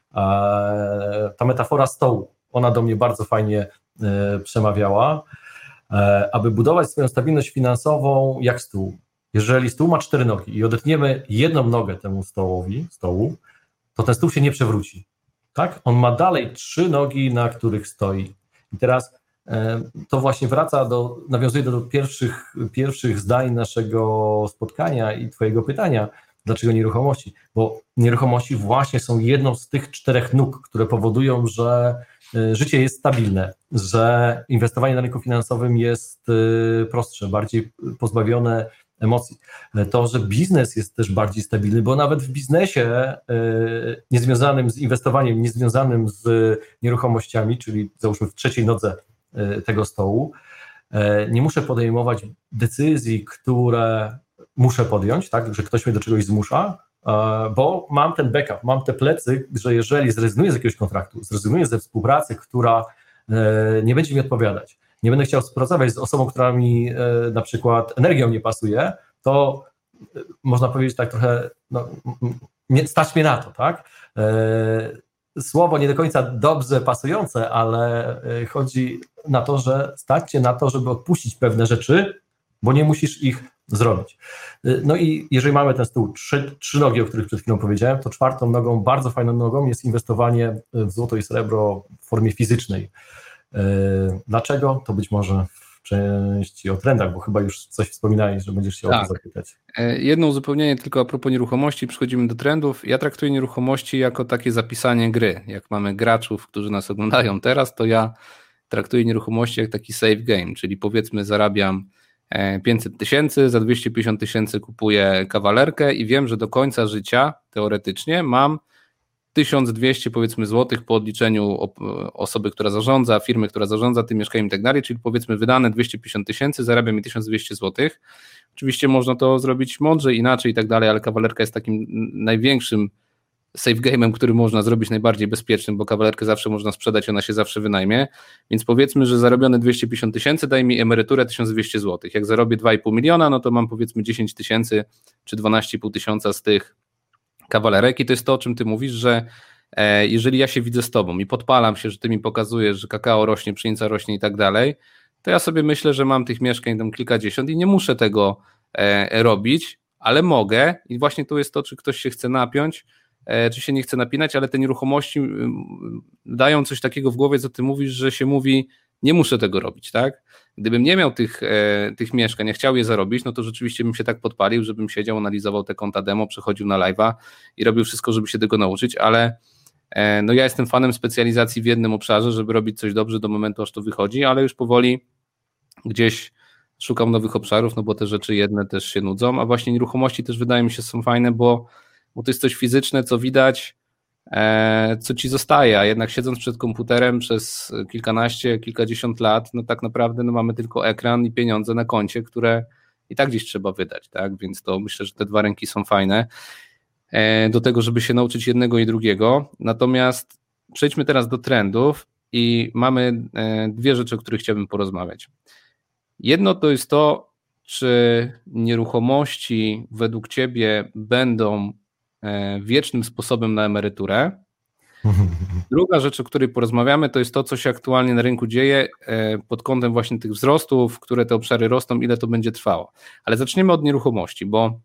ta metafora stołu, ona do mnie bardzo fajnie przemawiała, aby budować swoją stabilność finansową jak stół. Jeżeli stół ma 4 nogi i odetniemy jedną nogę temu stołu, to ten stół się nie przewróci. Tak? On ma dalej 3 nogi, na których stoi. I teraz to właśnie nawiązuje do pierwszych zdań naszego spotkania i twojego pytania, dlaczego nieruchomości? Bo nieruchomości właśnie są jedną z tych 4 nóg, które powodują, że życie jest stabilne, że inwestowanie na rynku finansowym jest prostsze, bardziej pozbawione emocji. To, że biznes jest też bardziej stabilny, bo nawet w biznesie niezwiązanym z inwestowaniem, niezwiązanym z nieruchomościami, czyli załóżmy w 3 nodze tego stołu, nie muszę podejmować decyzji, które muszę podjąć, tak, że ktoś mnie do czegoś zmusza, bo mam ten backup, mam te plecy, że jeżeli zrezygnuję z jakiegoś kontraktu, zrezygnuję ze współpracy, która nie będzie mi odpowiadać, nie będę chciał współpracować z osobą, która mi na przykład energią nie pasuje, to można powiedzieć tak trochę, stać mnie na to, tak? Słowo nie do końca dobrze pasujące, ale chodzi na to, że stać cię na to, żeby odpuścić pewne rzeczy, bo nie musisz ich zrobić. No i jeżeli mamy ten stół, 3 nogi, o których przed chwilą powiedziałem, to 4. nogą, bardzo fajną nogą jest inwestowanie w złoto i srebro w formie fizycznej. Dlaczego? To być może w części o trendach, bo chyba już coś wspominałeś, że będziesz się o to zapytać. Jedno uzupełnienie tylko a propos nieruchomości, przechodzimy do trendów. Ja traktuję nieruchomości jako takie zapisanie gry. Jak mamy graczów, którzy nas oglądają teraz, to ja traktuję nieruchomości jak taki safe game, czyli powiedzmy zarabiam 500 000, za 250 000 kupuję kawalerkę i wiem, że do końca życia teoretycznie mam 1200 powiedzmy złotych po odliczeniu osoby, która zarządza, firmy, która zarządza tym mieszkaniem i tak dalej, czyli powiedzmy wydane 250 000, zarabia mi 1200 złotych. Oczywiście można to zrobić mądrzej, inaczej i tak dalej, ale kawalerka jest takim największym safe game'em, który można zrobić najbardziej bezpiecznym, bo kawalerkę zawsze można sprzedać, ona się zawsze wynajmie, więc powiedzmy, że zarobione 250 000 daje mi emeryturę 1200 zł. Jak zarobię 2,5 miliona, no to mam powiedzmy 10 000 czy 12,5 tysiąca z tych kawalerek i to jest to, o czym ty mówisz, że jeżeli ja się widzę z tobą i podpalam się, że ty mi pokazujesz, że kakao rośnie, pszenica rośnie i tak dalej, to ja sobie myślę, że mam tych mieszkań tam kilkadziesiąt i nie muszę tego robić, ale mogę i właśnie tu jest to, czy ktoś się chce napiąć, czy się nie chce napinać, ale te nieruchomości dają coś takiego w głowie, co ty mówisz, że się mówi, nie muszę tego robić, tak? Gdybym nie miał tych mieszkań, a chciał je zarobić, no to rzeczywiście bym się tak podpalił, żebym siedział, analizował te konta demo, przechodził na live'a i robił wszystko, żeby się tego nauczyć, ale no ja jestem fanem specjalizacji w jednym obszarze, żeby robić coś dobrze do momentu, aż to wychodzi, ale już powoli gdzieś szukam nowych obszarów, no bo te rzeczy jedne też się nudzą, a właśnie nieruchomości też wydaje mi się są fajne, bo to jest coś fizyczne, co widać, co ci zostaje, a jednak siedząc przed komputerem przez kilkadziesiąt lat, no tak naprawdę no mamy tylko ekran i pieniądze na koncie, które i tak gdzieś trzeba wydać, tak? Więc to myślę, że te 2 ręki są fajne do tego, żeby się nauczyć jednego i drugiego. Natomiast przejdźmy teraz do trendów i mamy 2 rzeczy, o których chciałbym porozmawiać. Jedno to jest to, czy nieruchomości według ciebie będą wiecznym sposobem na emeryturę. Druga rzecz, o której porozmawiamy, to jest to, co się aktualnie na rynku dzieje pod kątem właśnie tych wzrostów, które te obszary rosną, ile to będzie trwało. Ale zaczniemy od nieruchomości, bo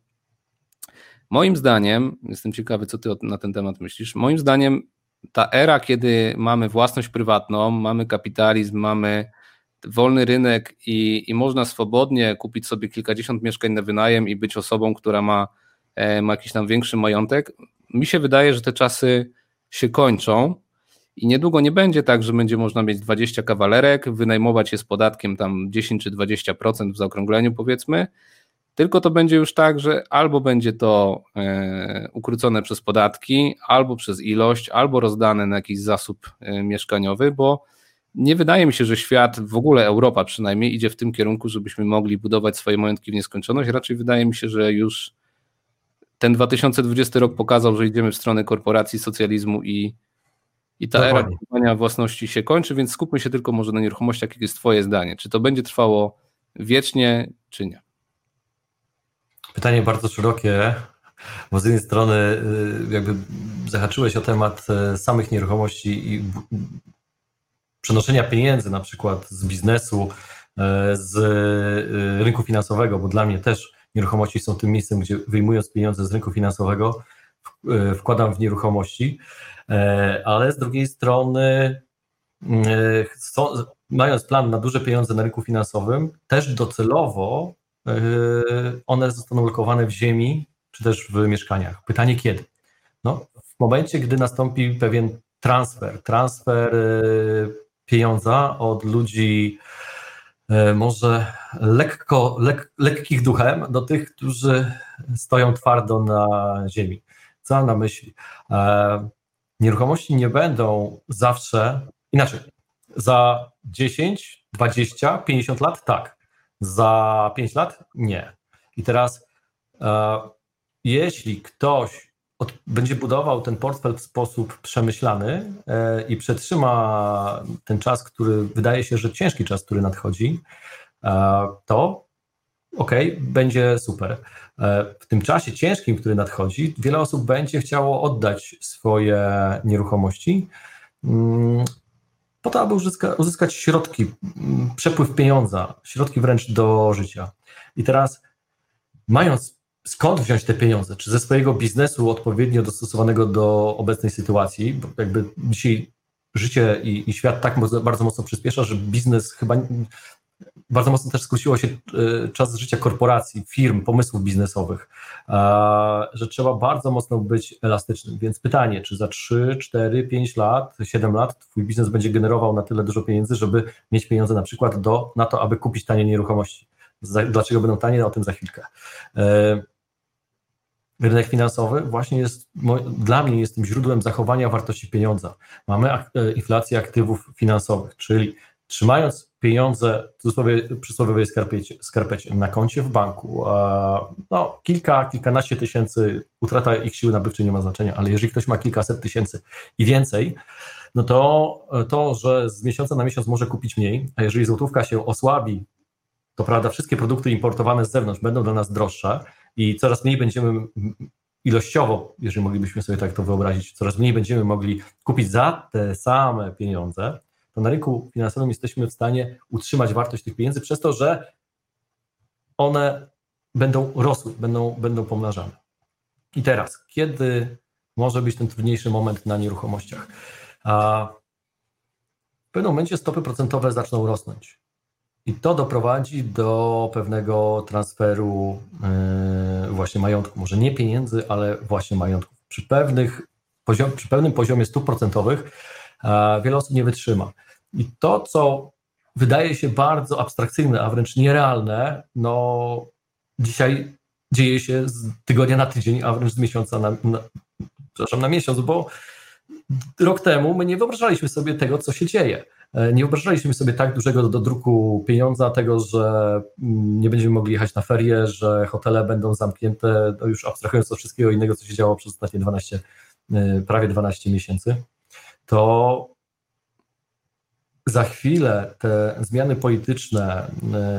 moim zdaniem, jestem ciekawy, co ty na ten temat myślisz, moim zdaniem ta era, kiedy mamy własność prywatną, mamy kapitalizm, mamy wolny rynek i można swobodnie kupić sobie kilkadziesiąt mieszkań na wynajem i być osobą, która ma jakiś tam większy majątek. Mi się wydaje, że te czasy się kończą i niedługo nie będzie tak, że będzie można mieć 20 kawalerek, wynajmować je z podatkiem tam 10 czy 20% w zaokrągleniu powiedzmy, tylko to będzie już tak, że albo będzie to ukrócone przez podatki, albo przez ilość, albo rozdane na jakiś zasób mieszkaniowy, bo nie wydaje mi się, że świat, w ogóle Europa przynajmniej, idzie w tym kierunku, żebyśmy mogli budować swoje majątki w nieskończoność. Raczej wydaje mi się, że już ten 2020 rok pokazał, że idziemy w stronę korporacji, socjalizmu i I ta era kupowania własności się kończy, więc skupmy się tylko może na nieruchomościach, jakie jest twoje zdanie. Czy to będzie trwało wiecznie, czy nie? Pytanie bardzo szerokie, bo z jednej strony jakby zahaczyłeś o temat samych nieruchomości i przenoszenia pieniędzy na przykład z biznesu, z rynku finansowego, bo dla mnie też nieruchomości są tym miejscem, gdzie wyjmując pieniądze z rynku finansowego wkładam w nieruchomości, ale z drugiej strony mając plan na duże pieniądze na rynku finansowym, też docelowo one zostaną lokowane w ziemi, czy też w mieszkaniach. Pytanie kiedy? No, w momencie, gdy nastąpi pewien transfer pieniądza od ludzi może lekkich duchem do tych, którzy stoją twardo na ziemi. Co mam na myśli? Nieruchomości nie będą zawsze, inaczej, za 10, 20, 50 lat tak, za 5 lat nie. I teraz jeśli ktoś będzie budował ten portfel w sposób przemyślany i przetrzyma ten czas, który wydaje się, że ciężki czas, który nadchodzi, to będzie super. W tym czasie ciężkim, który nadchodzi, wiele osób będzie chciało oddać swoje nieruchomości po to, aby uzyskać środki, przepływ pieniądza, środki wręcz do życia. I teraz mając skąd wziąć te pieniądze? Czy ze swojego biznesu odpowiednio dostosowanego do obecnej sytuacji? Bo jakby dzisiaj życie i świat tak bardzo mocno przyspiesza, że biznes chyba bardzo mocno też skróciło się czas życia korporacji, firm, pomysłów biznesowych, że trzeba bardzo mocno być elastycznym. Więc pytanie, czy za 3, 4, 5 lat, 7 lat twój biznes będzie generował na tyle dużo pieniędzy, żeby mieć pieniądze na przykład na to, aby kupić tanie nieruchomości. Dlaczego będą tanie? O tym za chwilkę. Rynek finansowy właśnie dla mnie jest tym źródłem zachowania wartości pieniądza. Mamy inflację aktywów finansowych, czyli trzymając pieniądze w cudzysłowie przysłowiowej skarpecie na koncie w banku, kilkanaście tysięcy, utrata ich siły nabywczej nie ma znaczenia, ale jeżeli ktoś ma kilkaset tysięcy i więcej, no to, że z miesiąca na miesiąc może kupić mniej, a jeżeli złotówka się osłabi, to prawda, wszystkie produkty importowane z zewnątrz będą dla nas droższe i coraz mniej będziemy ilościowo, jeżeli moglibyśmy sobie tak to wyobrazić, coraz mniej będziemy mogli kupić za te same pieniądze, to na rynku finansowym jesteśmy w stanie utrzymać wartość tych pieniędzy przez to, że one będą rosły, będą pomnażane. I teraz, kiedy może być ten trudniejszy moment na nieruchomościach? W pewnym momencie stopy procentowe zaczną rosnąć. I to doprowadzi do pewnego transferu właśnie majątku. Może nie pieniędzy, ale właśnie majątków. Przy pewnym poziomie stóp procentowych wiele osób nie wytrzyma. I to, co wydaje się bardzo abstrakcyjne, a wręcz nierealne, no dzisiaj dzieje się z tygodnia na tydzień, a wręcz z miesiąca na miesiąc, bo rok temu my nie wyobrażaliśmy sobie tego, co się dzieje. Nie wyobrażaliśmy sobie tak dużego dodruku pieniądza, tego, że nie będziemy mogli jechać na ferie, że hotele będą zamknięte, no już abstrahując od wszystkiego innego, co się działo przez ostatnie prawie 12 miesięcy, to za chwilę te zmiany polityczne,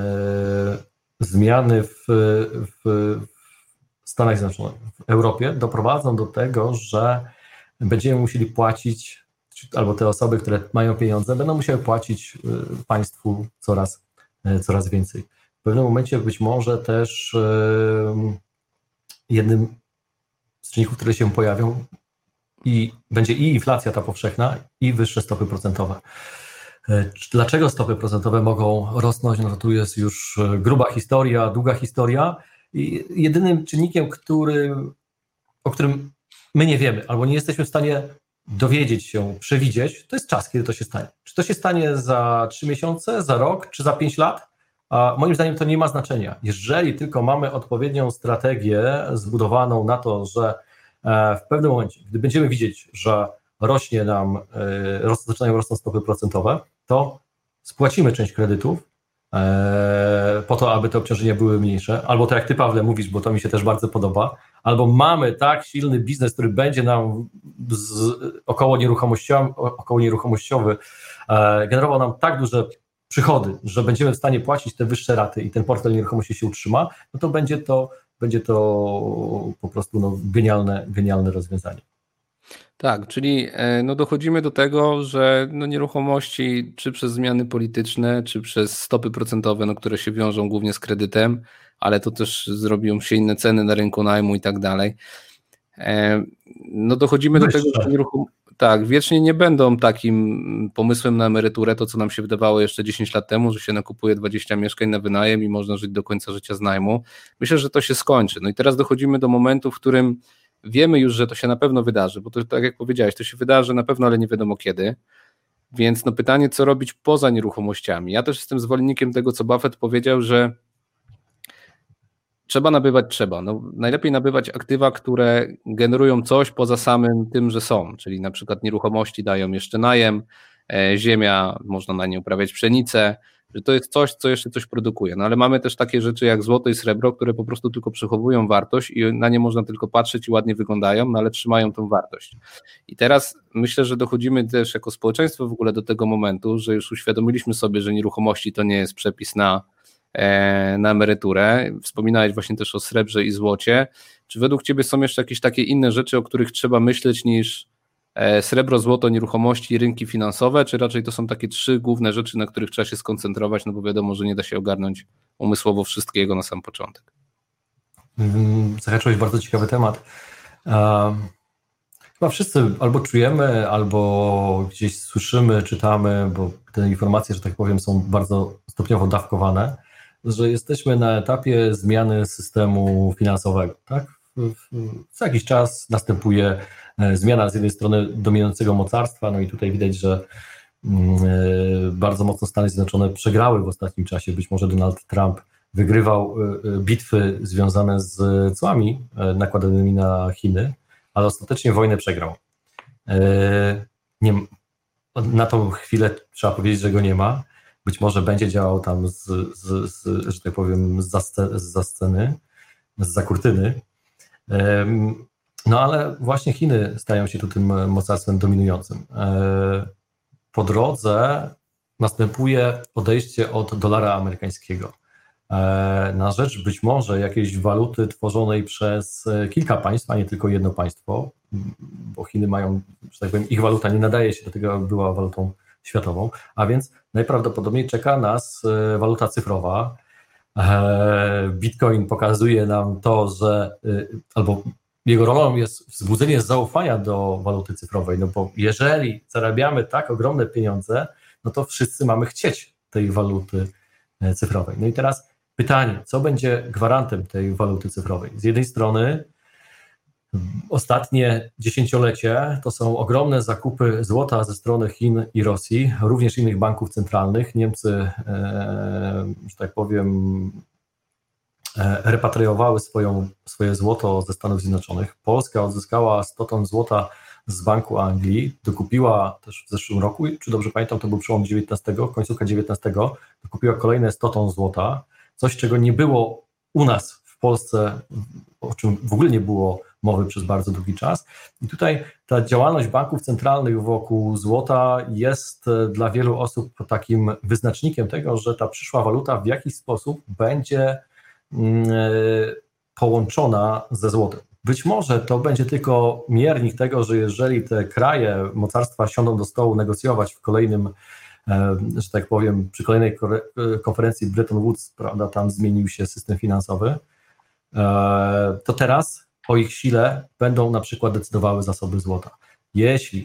zmiany w Stanach Zjednoczonych, w Europie doprowadzą do tego, że będziemy musieli płacić, albo te osoby, które mają pieniądze, będą musiały płacić państwu coraz więcej. W pewnym momencie być może też jednym z czynników, które się pojawią, będzie i inflacja ta powszechna, i wyższe stopy procentowe. Dlaczego stopy procentowe mogą rosnąć? No to tu jest już gruba historia, długa historia. I jedynym czynnikiem, o którym my nie wiemy, albo nie jesteśmy w stanie dowiedzieć się, przewidzieć, to jest czas, kiedy to się stanie. Czy to się stanie za 3 miesiące, za rok, czy za 5 lat? A moim zdaniem to nie ma znaczenia. Jeżeli tylko mamy odpowiednią strategię zbudowaną na to, że w pewnym momencie, gdy będziemy widzieć, że zaczynają rosnąć stopy procentowe, to spłacimy część kredytów, po to, aby te obciążenia były mniejsze, albo to jak ty, Pawle, mówisz, bo to mi się też bardzo podoba, albo mamy tak silny biznes, który będzie nam około nieruchomościowy generował nam tak duże przychody, że będziemy w stanie płacić te wyższe raty i ten portfel nieruchomości się utrzyma, no to będzie to po prostu genialne rozwiązanie. Tak, czyli dochodzimy do tego, że nieruchomości czy przez zmiany polityczne, czy przez stopy procentowe, które się wiążą głównie z kredytem, ale to też zrobią się inne ceny na rynku najmu i tak dalej. Dochodzimy do tego, że tak, wiecznie nie będą takim pomysłem na emeryturę, to co nam się wydawało jeszcze 10 lat temu, że się nakupuje 20 mieszkań na wynajem i można żyć do końca życia z najmu. Myślę, że to się skończy. No i teraz dochodzimy do momentu, w którym wiemy już, że to się na pewno wydarzy, bo to tak jak powiedziałeś, to się wydarzy na pewno, ale nie wiadomo kiedy. Więc pytanie, co robić poza nieruchomościami. Ja też jestem zwolennikiem tego, co Buffett powiedział, że trzeba nabywać. Najlepiej nabywać aktywa, które generują coś poza samym tym, że są, czyli na przykład nieruchomości dają jeszcze najem, ziemia, można na nie uprawiać pszenicę, że to jest coś, co jeszcze coś produkuje. Ale mamy też takie rzeczy jak złoto i srebro, które po prostu tylko przechowują wartość i na nie można tylko patrzeć i ładnie wyglądają, ale trzymają tą wartość. I teraz myślę, że dochodzimy też jako społeczeństwo w ogóle do tego momentu, że już uświadomiliśmy sobie, że nieruchomości to nie jest przepis na emeryturę. Wspominałeś właśnie też o srebrze i złocie. Czy według Ciebie są jeszcze jakieś takie inne rzeczy, o których trzeba myśleć niż srebro, złoto, nieruchomości i rynki finansowe, czy raczej to są takie 3 główne rzeczy, na których trzeba się skoncentrować, bo wiadomo, że nie da się ogarnąć umysłowo wszystkiego na sam początek? Zahaczyłeś bardzo ciekawy temat. Chyba wszyscy albo czujemy, albo gdzieś słyszymy, czytamy, bo te informacje, że tak powiem, są bardzo stopniowo dawkowane, że jesteśmy na etapie zmiany systemu finansowego. Tak? Co jakiś czas następuje zmiana z jednej strony dominującego mocarstwa, i tutaj widać, że bardzo mocno Stany Zjednoczone przegrały w ostatnim czasie. Być może Donald Trump wygrywał bitwy związane z cłami nakładanymi na Chiny, ale ostatecznie wojnę przegrał. Na tą chwilę trzeba powiedzieć, że go nie ma. Być może będzie działał tam że tak powiem, zza sceny, zza kurtyny. Ale właśnie Chiny stają się tu tym mocarstwem dominującym. Po drodze następuje odejście od dolara amerykańskiego na rzecz być może jakiejś waluty tworzonej przez kilka państw, a nie tylko jedno państwo, bo Chiny mają, że tak powiem, ich waluta nie nadaje się do tego, aby była walutą światową, a więc najprawdopodobniej czeka nas waluta cyfrowa. Bitcoin pokazuje nam to, że albo jego rolą jest wzbudzenie zaufania do waluty cyfrowej, bo jeżeli zarabiamy tak ogromne pieniądze, to wszyscy mamy chcieć tej waluty cyfrowej. I teraz pytanie, co będzie gwarantem tej waluty cyfrowej? Z jednej strony ostatnie dziesięciolecie to są ogromne zakupy złota ze strony Chin i Rosji, również innych banków centralnych. Niemcy, że tak powiem, repatriowały swoje złoto ze Stanów Zjednoczonych. Polska odzyskała 100 ton złota z Banku Anglii, dokupiła też w zeszłym roku, czy dobrze pamiętam, to był przełom końcówka 19, dokupiła kolejne 100 ton złota, coś czego nie było u nas w Polsce, o czym w ogóle nie było mowy przez bardzo długi czas. I tutaj ta działalność banków centralnych wokół złota jest dla wielu osób takim wyznacznikiem tego, że ta przyszła waluta w jakiś sposób będzie połączona ze złotem. Być może to będzie tylko miernik tego, że jeżeli te kraje, mocarstwa siądą do stołu negocjować w kolejnym, że tak powiem, przy kolejnej konferencji Bretton Woods, prawda, tam zmienił się system finansowy, to teraz o ich sile będą na przykład decydowały zasoby złota. Jeśli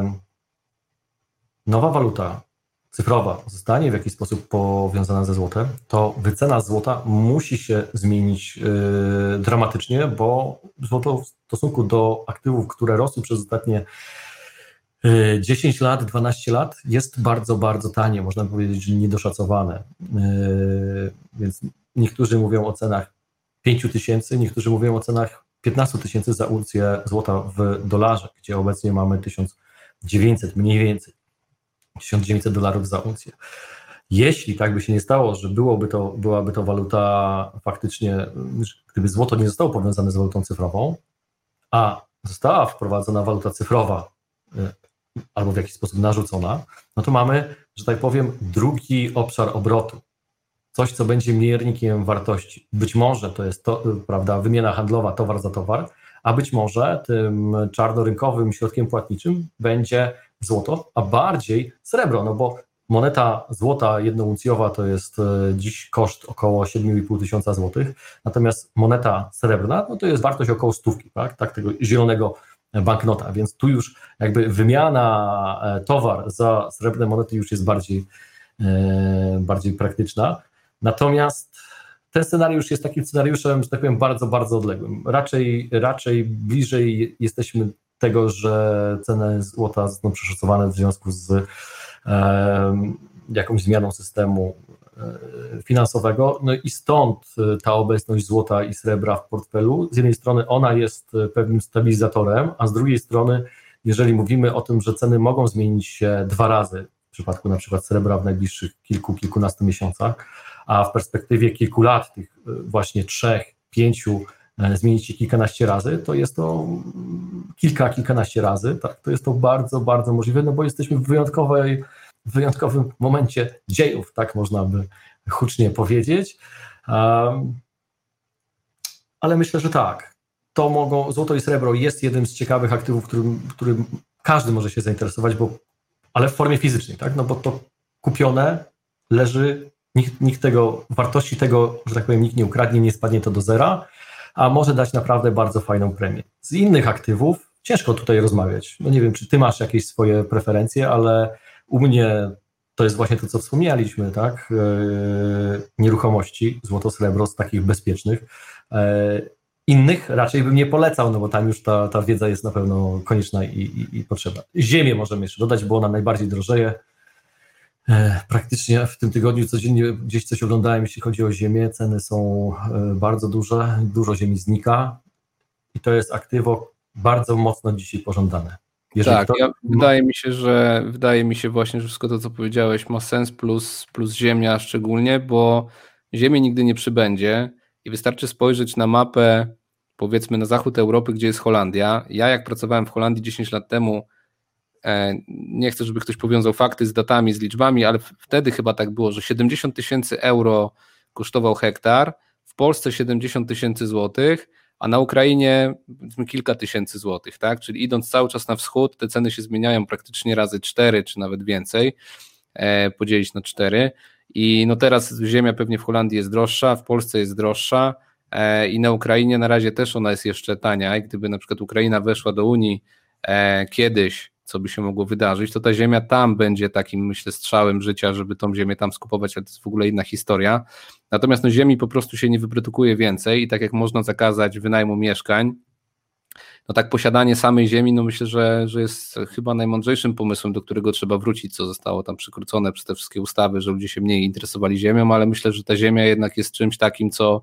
nowa waluta cyfrowa zostanie w jakiś sposób powiązana ze złotem, to wycena złota musi się zmienić dramatycznie, bo złoto w stosunku do aktywów, które rosły przez ostatnie 10 lat, 12 lat, jest bardzo, bardzo tanie, można powiedzieć, że niedoszacowane. Więc niektórzy mówią o cenach 5 tysięcy, niektórzy mówią o cenach 15 tysięcy za uncję złota w dolarze, gdzie obecnie mamy 1900, mniej więcej $1900 za uncję. Jeśli tak by się nie stało, że byłaby to waluta faktycznie, gdyby złoto nie zostało powiązane z walutą cyfrową, a została wprowadzona waluta cyfrowa albo w jakiś sposób narzucona, no to mamy, że tak powiem, drugi obszar obrotu. Coś, co będzie miernikiem wartości. Być może to jest to, prawda, wymiana handlowa, towar za towar, a być może tym czarnorynkowym środkiem płatniczym będzie złoto, a bardziej srebro, no bo moneta złota jednouncjowa to jest dziś koszt około 7,5 tysiąca złotych, natomiast moneta srebrna, no to jest wartość około 100, tak, tego zielonego banknota, więc tu już jakby wymiana towar za srebrne monety już jest bardziej praktyczna. Natomiast ten scenariusz jest takim scenariuszem, że tak powiem, bardzo, bardzo odległym. Raczej bliżej jesteśmy tego, że ceny złota zostaną przeszacowane w związku z jakąś zmianą systemu finansowego. No i stąd ta obecność złota i srebra w portfelu. Z jednej strony ona jest pewnym stabilizatorem, a z drugiej strony, jeżeli mówimy o tym, że ceny mogą zmienić się 2 razy, w przypadku na przykład srebra w najbliższych kilkunastu miesiącach, a w perspektywie kilku lat, tych właśnie 3, 5, zmienić się kilkanaście razy, to jest to kilkanaście razy, tak, to jest to bardzo, bardzo możliwe, no bo jesteśmy w wyjątkowym momencie dziejów, tak można by hucznie powiedzieć, ale myślę, że tak, złoto i srebro jest jednym z ciekawych aktywów, którym każdy może się zainteresować, ale w formie fizycznej, tak, no bo to kupione leży, wartości tego, że tak powiem, nikt nie ukradnie, nie spadnie to do zera, a może dać naprawdę bardzo fajną premię. Z innych aktywów ciężko tutaj rozmawiać. No nie wiem, czy ty masz jakieś swoje preferencje, ale u mnie to jest właśnie to, co wspomnieliśmy, tak? Nieruchomości, złoto, srebro z takich bezpiecznych. Innych raczej bym nie polecał, no bo tam już ta wiedza jest na pewno konieczna i potrzebna. Ziemię możemy jeszcze dodać, bo ona najbardziej drożeje. Praktycznie w tym tygodniu codziennie gdzieś coś oglądałem, jeśli chodzi o ziemię. Ceny są bardzo duże, dużo ziemi znika i to jest aktywo bardzo mocno dzisiaj pożądane. Tak, wydaje mi się właśnie, że wszystko to, co powiedziałeś, ma sens, plus ziemia szczególnie, bo ziemi nigdy nie przybędzie i wystarczy spojrzeć na mapę, powiedzmy na zachód Europy, gdzie jest Holandia. Ja jak pracowałem w Holandii 10 lat temu, nie chcę, żeby ktoś powiązał fakty z datami, z liczbami, ale wtedy chyba tak było, że 70 tysięcy euro kosztował hektar, w Polsce 70 tysięcy złotych, a na Ukrainie kilka tysięcy złotych, tak? Czyli idąc cały czas na wschód, te ceny się zmieniają praktycznie razy 4, czy nawet więcej, podzielić na 4 i no teraz ziemia pewnie w Holandii jest droższa, w Polsce jest droższa i na Ukrainie na razie też ona jest jeszcze tania i gdyby na przykład Ukraina weszła do Unii kiedyś, co by się mogło wydarzyć, to ta ziemia tam będzie takim, myślę, strzałem życia, żeby tą ziemię tam skupować, ale to jest w ogóle inna historia. Natomiast no, ziemi po prostu się nie wyprodukuje więcej i tak jak można zakazać wynajmu mieszkań, no tak posiadanie samej ziemi, no myślę, że jest chyba najmądrzejszym pomysłem, do którego trzeba wrócić, co zostało tam przykrócone przez te wszystkie ustawy, że ludzie się mniej interesowali ziemią, ale myślę, że ta ziemia jednak jest czymś takim, co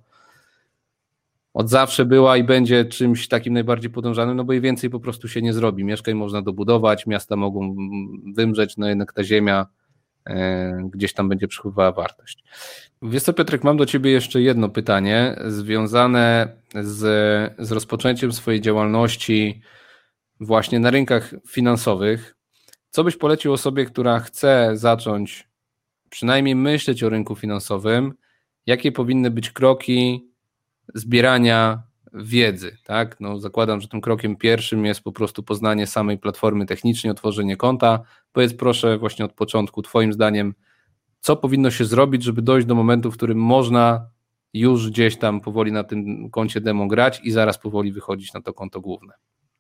od zawsze była i będzie czymś takim najbardziej podążanym, no bo i więcej po prostu się nie zrobi. Mieszkań można dobudować, miasta mogą wymrzeć, no jednak ta ziemia gdzieś tam będzie przechowywała wartość. Wiesz co, Piotrek, mam do ciebie jeszcze jedno pytanie związane z rozpoczęciem swojej działalności właśnie na rynkach finansowych. Co byś polecił osobie, która chce zacząć przynajmniej myśleć o rynku finansowym? Jakie powinny być kroki zbierania wiedzy, tak? No, zakładam, że tym krokiem pierwszym jest po prostu poznanie samej platformy technicznej, otworzenie konta. Powiedz proszę właśnie od początku, twoim zdaniem, co powinno się zrobić, żeby dojść do momentu, w którym można już gdzieś tam powoli na tym koncie demo grać i zaraz powoli wychodzić na to konto główne.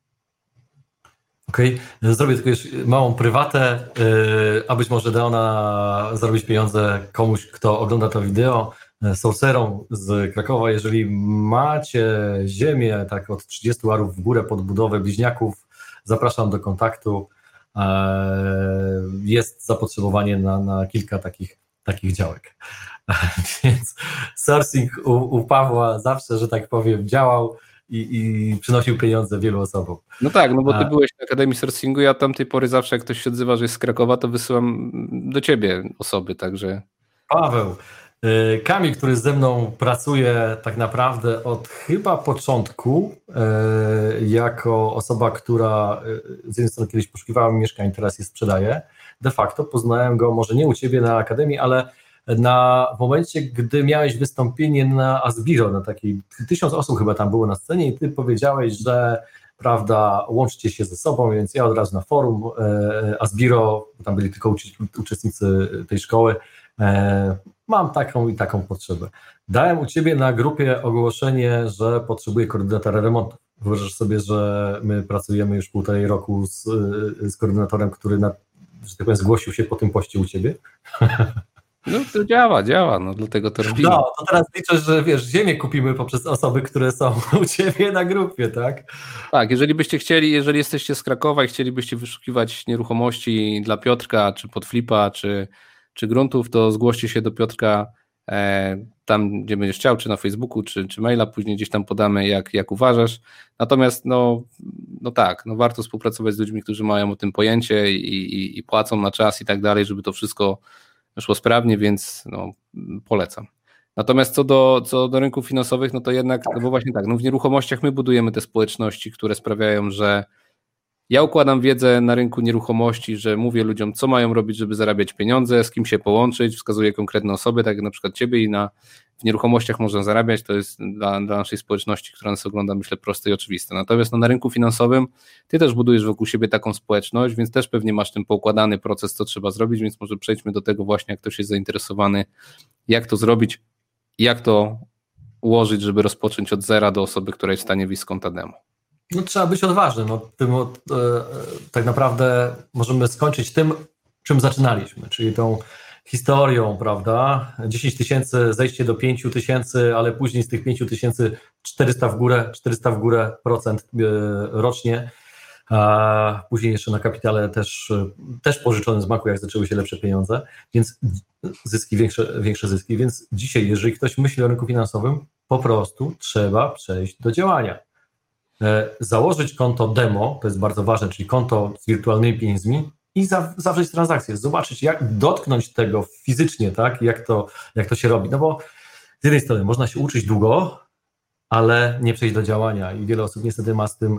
Okej, zrobię tylko jeszcze małą prywatę, a być może da ona zarobić pieniądze komuś, kto ogląda to wideo. Sourcerom z Krakowa, jeżeli macie ziemię tak od 30 arów w górę pod budowę bliźniaków, zapraszam do kontaktu. Jest zapotrzebowanie na kilka takich działek. Więc sourcing u Pawła zawsze, że tak powiem, działał i przynosił pieniądze wielu osobom. No tak, no bo ty byłeś na Akademii Sourcingu, ja od tamtej pory zawsze jak ktoś się odzywa, że jest z Krakowa, to wysyłam do ciebie osoby, także... Paweł, Kamil, który ze mną pracuje tak naprawdę od chyba początku, jako osoba, która z jednej strony kiedyś poszukiwała mieszkań, teraz je sprzedaje, de facto poznałem go może nie u Ciebie na Akademii, ale w momencie, gdy miałeś wystąpienie na Asbiro, na takiej 1000 osób chyba tam było na scenie i Ty powiedziałeś, że prawda, łączcie się ze sobą, więc ja od razu na forum Asbiro, tam byli tylko uczestnicy tej szkoły, mam taką i taką potrzebę. Dałem u Ciebie na grupie ogłoszenie, że potrzebuję koordynatora remontu. Wyobrażasz sobie, że my pracujemy już 1,5 roku z koordynatorem, który, że tak powiem, zgłosił się po tym poście u Ciebie? No to działa, no dlatego to robimy. No, to teraz liczę, że wiesz, ziemię kupimy poprzez osoby, które są u Ciebie na grupie, tak? Tak, jeżeli byście chcieli, jeżeli jesteście z Krakowa i chcielibyście wyszukiwać nieruchomości dla Piotrka, czy pod flipa, czy gruntów, to zgłoście się do Piotrka tam, gdzie będziesz chciał, czy na Facebooku, czy maila, później gdzieś tam podamy, jak uważasz. Natomiast no tak, warto współpracować z ludźmi, którzy mają o tym pojęcie i płacą na czas i tak dalej, żeby to wszystko szło sprawnie, więc polecam. Natomiast co do rynków finansowych, no to jednak, no bo właśnie tak, w nieruchomościach my budujemy te społeczności, które sprawiają, że ja układam wiedzę na rynku nieruchomości, że mówię ludziom, co mają robić, żeby zarabiać pieniądze, z kim się połączyć, wskazuję konkretne osoby, tak jak na przykład Ciebie i w nieruchomościach można zarabiać, to jest dla naszej społeczności, która nas ogląda, myślę, proste i oczywiste. Natomiast na rynku finansowym Ty też budujesz wokół siebie taką społeczność, więc też pewnie masz ten poukładany proces, co trzeba zrobić, więc może przejdźmy do tego właśnie, jak ktoś jest zainteresowany, jak to zrobić, jak to ułożyć, żeby rozpocząć od zera do osoby, która jest w stanie wyjść z konta demo. No trzeba być odważnym. Tak naprawdę możemy skończyć tym, czym zaczynaliśmy, czyli tą historią, prawda? 10 000, zejście do 5 000, ale później z tych 5 000 400 w górę procent rocznie, a później jeszcze na kapitale też pożyczonym z banku, jak zaczęły się lepsze pieniądze, więc zyski, większe zyski. Więc dzisiaj, jeżeli ktoś myśli o rynku finansowym, po prostu trzeba przejść do działania. Założyć konto demo, to jest bardzo ważne, czyli konto z wirtualnymi pieniędzmi i zawrzeć transakcję, zobaczyć, jak dotknąć tego fizycznie, tak? Jak to się robi. No bo z jednej strony można się uczyć długo, ale nie przejść do działania i wiele osób niestety ma z tym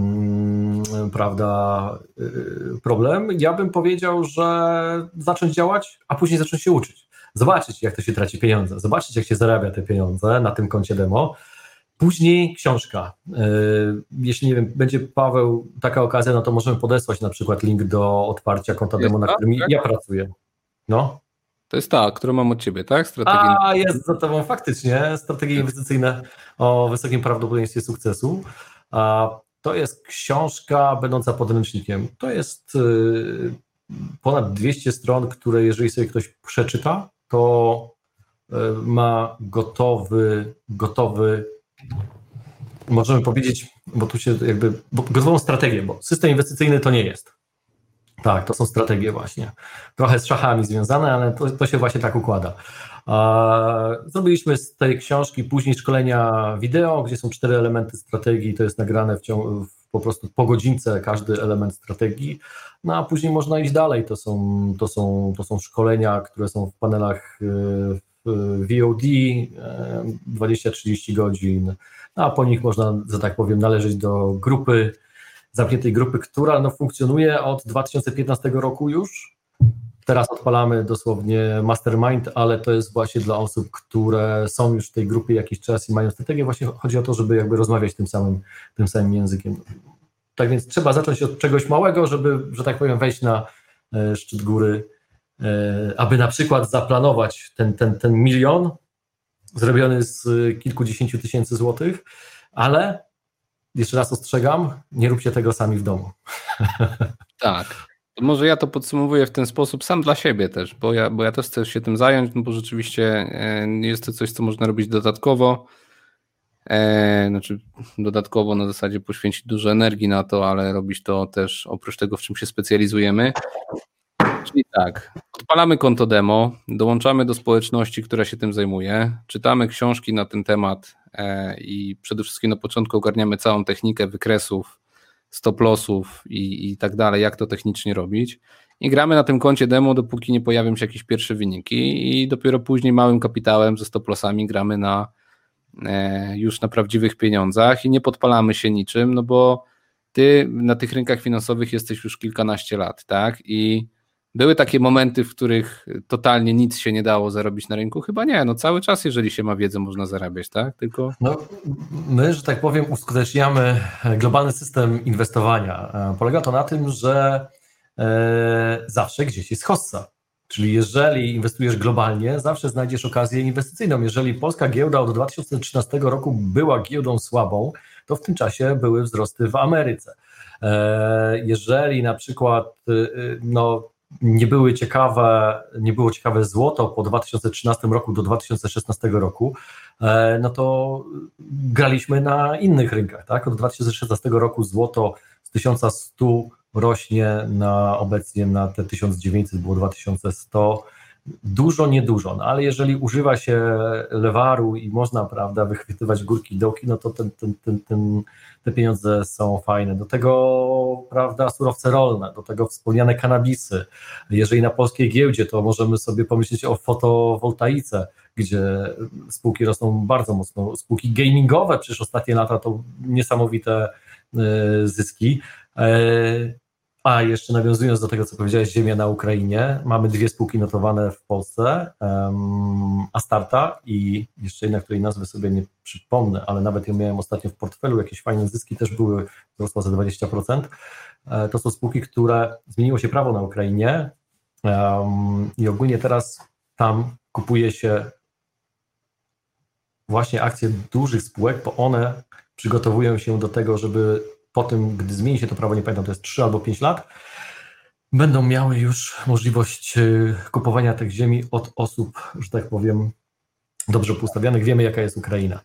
problem. Ja bym powiedział, że zacząć działać, a później zacząć się uczyć. Zobaczyć, jak to się traci pieniądze, zobaczyć, jak się zarabia te pieniądze na tym koncie demo. Później książka. Jeśli nie wiem, będzie Paweł taka okazja, no to możemy podesłać na przykład link do otwarcia konta demo, na którym ja pracuję. No. To jest ta, którą mam od Ciebie, tak? Jest za Tobą faktycznie. Strategie inwestycyjne o wysokim prawdopodobieństwie sukcesu. To jest książka będąca podręcznikiem. To jest ponad 200 stron, które jeżeli sobie ktoś przeczyta, to ma gotowy możemy powiedzieć, bo tu się gotową strategię, bo system inwestycyjny to nie jest. Tak, to są strategie właśnie. Trochę z szachami związane, ale to się właśnie tak układa. Zrobiliśmy z tej książki później szkolenia wideo, gdzie są 4 elementy strategii, to jest nagrane po prostu po godzince każdy element strategii, no a później można iść dalej, to są szkolenia, które są w panelach VOD, 20-30 godzin, a po nich można, że tak powiem, należeć do grupy, zamkniętej grupy, która funkcjonuje od 2015 roku już. Teraz odpalamy dosłownie mastermind, ale to jest właśnie dla osób, które są już w tej grupie jakiś czas i mają strategię. Właśnie chodzi o to, żeby rozmawiać tym samym językiem. Tak więc trzeba zacząć od czegoś małego, żeby, że tak powiem, wejść na szczyt góry, aby na przykład zaplanować ten 1 000 000 zrobiony z kilkudziesięciu tysięcy złotych, ale jeszcze raz ostrzegam, nie róbcie tego sami w domu. Tak. Może ja to podsumowuję w ten sposób sam dla siebie też, bo ja też chcę się tym zająć, bo rzeczywiście jest to coś, co można robić dodatkowo. Dodatkowo na zasadzie poświęcić dużo energii na to, ale robić to też oprócz tego, w czym się specjalizujemy. Czyli tak, odpalamy konto demo, dołączamy do społeczności, która się tym zajmuje, czytamy książki na ten temat i przede wszystkim na początku ogarniamy całą technikę wykresów, stop lossów i tak dalej, jak to technicznie robić. i gramy na tym koncie demo, dopóki nie pojawią się jakieś pierwsze wyniki i dopiero później małym kapitałem ze stop-lossami gramy już na prawdziwych pieniądzach i nie podpalamy się niczym, no bo ty na tych rynkach finansowych jesteś już kilkanaście lat, tak? I były takie momenty, w których totalnie nic się nie dało zarobić na rynku? Chyba nie, no cały czas, jeżeli się ma wiedzę, można zarabiać, tak? Tylko... No, my, że tak powiem, uskuteczniamy globalny system inwestowania. Polega to na tym, że zawsze gdzieś jest hossa. Czyli jeżeli inwestujesz globalnie, zawsze znajdziesz okazję inwestycyjną. Jeżeli polska giełda od 2013 roku była giełdą słabą, to w tym czasie były wzrosty w Ameryce. Jeżeli na przykład nie było ciekawe złoto po 2013 roku do 2016 roku, no to graliśmy na innych rynkach. Tak? Od 2016 roku złoto z 1100 rośnie obecnie na te 1900, było 2100. Dużo, niedużo, no ale jeżeli używa się lewaru i można, prawda, wychwytywać górki i dołki, no to te pieniądze są fajne. Do tego, prawda, surowce rolne, do tego wspomniane kanabisy. Jeżeli na polskiej giełdzie, to możemy sobie pomyśleć o fotowoltaice, gdzie spółki rosną bardzo mocno. Spółki gamingowe, przecież ostatnie lata to niesamowite zyski. A jeszcze nawiązując do tego, co powiedziałeś, ziemia na Ukrainie, mamy 2 spółki notowane w Polsce, Astarta i jeszcze jedna, której nazwy sobie nie przypomnę, ale nawet ją miałem ostatnio w portfelu, jakieś fajne zyski też były, wzrosła za 20%. To są spółki, które zmieniło się prawo na Ukrainie i ogólnie teraz tam kupuje się właśnie akcje dużych spółek, bo one przygotowują się do tego, żeby po tym, gdy zmieni się to prawo, nie pamiętam, to jest 3 albo 5 lat, będą miały już możliwość kupowania tych ziemi od osób, że tak powiem, dobrze postawionych. Wiemy, jaka jest Ukraina.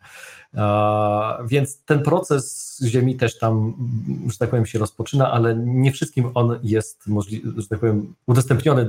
Więc ten proces ziemi też tam, że tak powiem, się rozpoczyna, ale nie wszystkim on jest, że tak powiem, udostępniony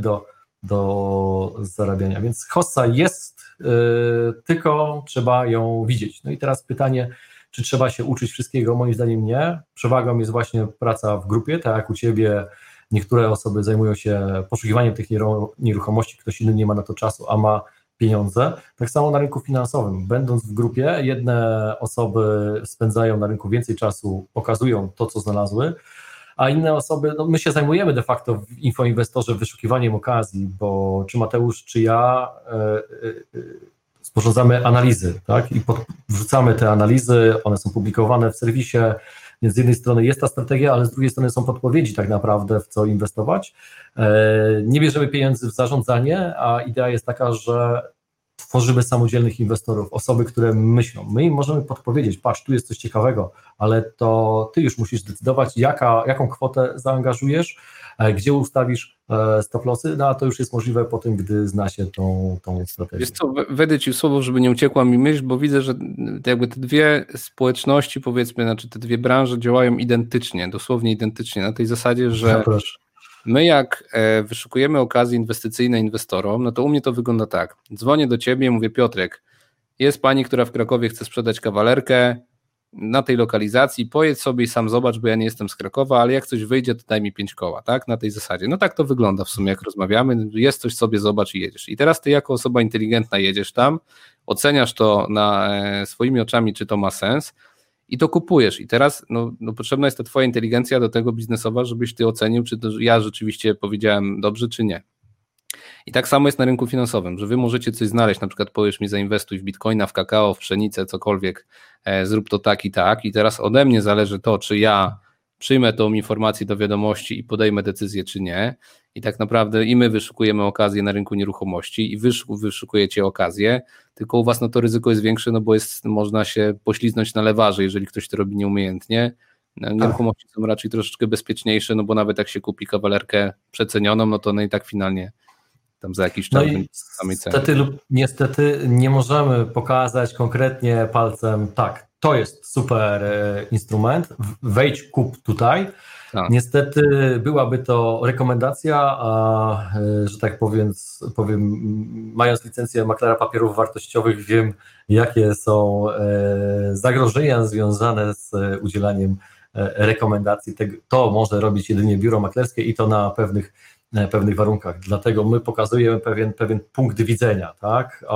do zarabiania. Więc hossa jest, tylko trzeba ją widzieć. No i teraz pytanie, czy trzeba się uczyć wszystkiego? Moim zdaniem nie. Przewagą jest właśnie praca w grupie, tak jak u Ciebie niektóre osoby zajmują się poszukiwaniem tych nieruchomości, ktoś inny nie ma na to czasu, a ma pieniądze. Tak samo na rynku finansowym. Będąc w grupie, jedne osoby spędzają na rynku więcej czasu, pokazują to, co znalazły, a inne osoby, no my się zajmujemy de facto w Infoinwestorze wyszukiwaniem okazji, bo czy Mateusz, czy ja sporządzamy analizy, tak? I wrzucamy te analizy, one są publikowane w serwisie, więc z jednej strony jest ta strategia, ale z drugiej strony są podpowiedzi tak naprawdę, w co inwestować. Nie bierzemy pieniędzy w zarządzanie, a idea jest taka, że tworzymy samodzielnych inwestorów, osoby, które myślą. My im możemy podpowiedzieć, patrz, tu jest coś ciekawego, ale to ty już musisz decydować, jaką kwotę zaangażujesz, gdzie ustawisz stop-lossy, no a to już jest możliwe po tym, gdy zna się tą strategię. Wiesz co, wejdę Ci w słowo, żeby nie uciekła mi myśl, bo widzę, że jakby te dwie społeczności, powiedzmy, znaczy te dwie branże działają identycznie, dosłownie identycznie, na tej zasadzie, że my jak wyszukujemy okazji inwestycyjne inwestorom, no to u mnie to wygląda tak. Dzwonię do Ciebie i mówię, Piotrek, jest pani, która w Krakowie chce sprzedać kawalerkę na tej lokalizacji, pojedź sobie i sam zobacz, bo ja nie jestem z Krakowa, ale jak coś wyjdzie, to daj mi 5 koła, tak? Na tej zasadzie. No tak to wygląda w sumie, jak rozmawiamy, jest coś, sobie zobacz i jedziesz. I teraz ty jako osoba inteligentna jedziesz tam, oceniasz to swoimi oczami, czy to ma sens i to kupujesz. I teraz no potrzebna jest ta twoja inteligencja do tego biznesowa, żebyś ty ocenił, czy to ja rzeczywiście powiedziałem dobrze, czy nie. I tak samo jest na rynku finansowym, że wy możecie coś znaleźć, na przykład powiesz mi zainwestuj w bitcoina, w kakao, w pszenicę, cokolwiek, zrób to tak i teraz ode mnie zależy to, czy ja przyjmę tą informację do wiadomości i podejmę decyzję, czy nie. I tak naprawdę i my wyszukujemy okazję na rynku nieruchomości i wy wyszukujecie okazję, tylko u was no to ryzyko jest większe, no bo można się pośliznąć na lewarze, jeżeli ktoś to robi nieumiejętnie. Nieruchomości są raczej troszeczkę bezpieczniejsze, no bo nawet jak się kupi kawalerkę przecenioną, no to one i tak finalnie tam za jakiś czas samej ceny. Niestety lub niestety nie możemy pokazać konkretnie palcem, tak, to jest super instrument, wejdź, kup tutaj. Tak. Niestety byłaby to rekomendacja, a że tak powiem, mając licencję maklera papierów wartościowych, wiem, jakie są zagrożenia związane z udzielaniem rekomendacji. To może robić jedynie biuro maklerskie i to na pewnych pewnych warunkach. Dlatego my pokazujemy pewien punkt widzenia, tak?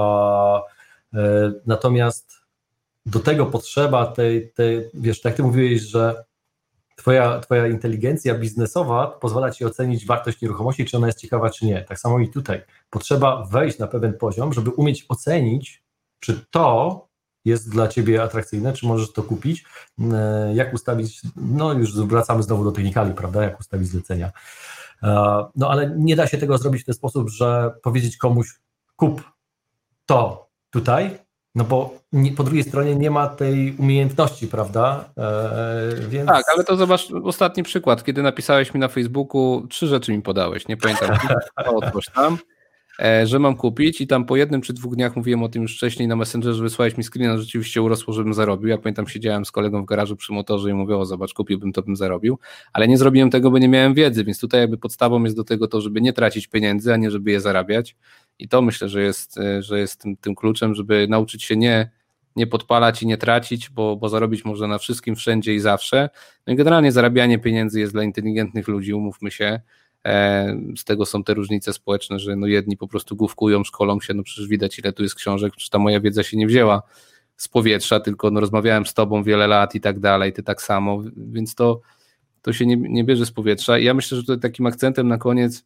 Natomiast do tego potrzeba wiesz, tak jak ty mówiłeś, że twoja inteligencja biznesowa pozwala ci ocenić wartość nieruchomości, czy ona jest ciekawa, czy nie. Tak samo i tutaj. Potrzeba wejść na pewien poziom, żeby umieć ocenić, czy to jest dla ciebie atrakcyjne, czy możesz to kupić, jak ustawić, no już wracamy znowu do technikali, prawda, jak ustawić zlecenia. No ale nie da się tego zrobić w ten sposób, że powiedzieć komuś kup to tutaj, no bo po drugiej stronie nie ma tej umiejętności, prawda? Więc... Tak, ale to zobacz ostatni przykład, kiedy napisałeś mi na Facebooku, 3 rzeczy mi podałeś, nie pamiętam, coś tam, że mam kupić i tam po 1 czy 2 dniach mówiłem o tym już wcześniej na Messengerze, wysłałeś mi screena, rzeczywiście urosło, żebym zarobił. Ja pamiętam, siedziałem z kolegą w garażu przy motorze i mówię, o zobacz, kupiłbym, to bym zarobił, ale nie zrobiłem tego, bo nie miałem wiedzy, więc tutaj jakby podstawą jest do tego to, żeby nie tracić pieniędzy, a nie żeby je zarabiać i to myślę, że jest tym kluczem, żeby nauczyć się nie podpalać i nie tracić, bo zarobić można na wszystkim, wszędzie i zawsze. No i generalnie zarabianie pieniędzy jest dla inteligentnych ludzi, umówmy się. Z tego są te różnice społeczne, że no jedni po prostu główkują, szkolą się, no przecież widać ile tu jest książek, przecież ta moja wiedza się nie wzięła z powietrza, tylko no rozmawiałem z tobą wiele lat i tak dalej, ty tak samo, więc to się nie bierze z powietrza i ja myślę, że tutaj takim akcentem na koniec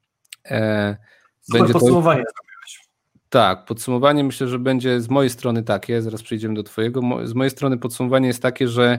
będzie podsumowanie. Tak, podsumowanie myślę, że będzie z mojej strony takie, zaraz przejdziemy do twojego, z mojej strony podsumowanie jest takie, że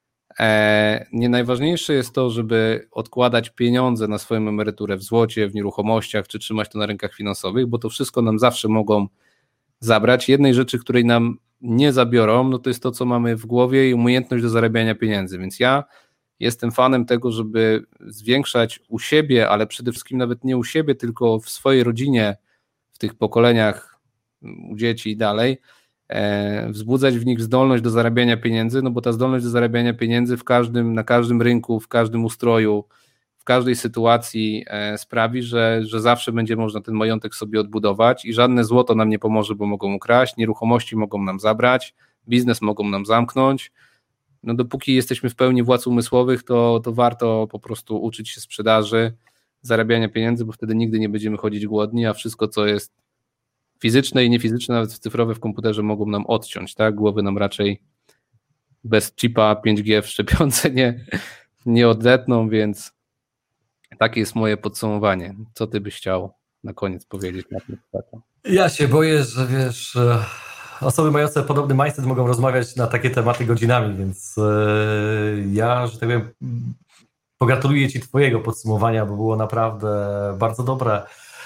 nie najważniejsze jest to, żeby odkładać pieniądze na swoją emeryturę w złocie, w nieruchomościach, czy trzymać to na rynkach finansowych, bo to wszystko nam zawsze mogą zabrać. Jednej rzeczy, której nam nie zabiorą, no to jest to, co mamy w głowie i umiejętność do zarabiania pieniędzy, więc ja jestem fanem tego, żeby zwiększać u siebie, ale przede wszystkim nawet nie u siebie, tylko w swojej rodzinie, w tych pokoleniach, u dzieci i dalej, wzbudzać w nich zdolność do zarabiania pieniędzy, no bo ta zdolność do zarabiania pieniędzy na każdym rynku, w każdym ustroju, w każdej sytuacji sprawi, że zawsze będzie można ten majątek sobie odbudować i żadne złoto nam nie pomoże, bo mogą ukraść, nieruchomości mogą nam zabrać, biznes mogą nam zamknąć. No dopóki jesteśmy w pełni władz umysłowych, to warto po prostu uczyć się sprzedaży, zarabiania pieniędzy, bo wtedy nigdy nie będziemy chodzić głodni, a wszystko, co jest fizyczne i niefizyczne, nawet cyfrowe w komputerze mogą nam odciąć, tak? Głowy nam raczej bez chipa 5G w szczepionce nie odetną, więc takie jest moje podsumowanie. Co ty byś chciał na koniec powiedzieć na tym temat? Ja się boję, że wiesz, osoby mające podobny mindset mogą rozmawiać na takie tematy godzinami, więc ja, że tak powiem, pogratuluję ci twojego podsumowania, bo było naprawdę bardzo dobre.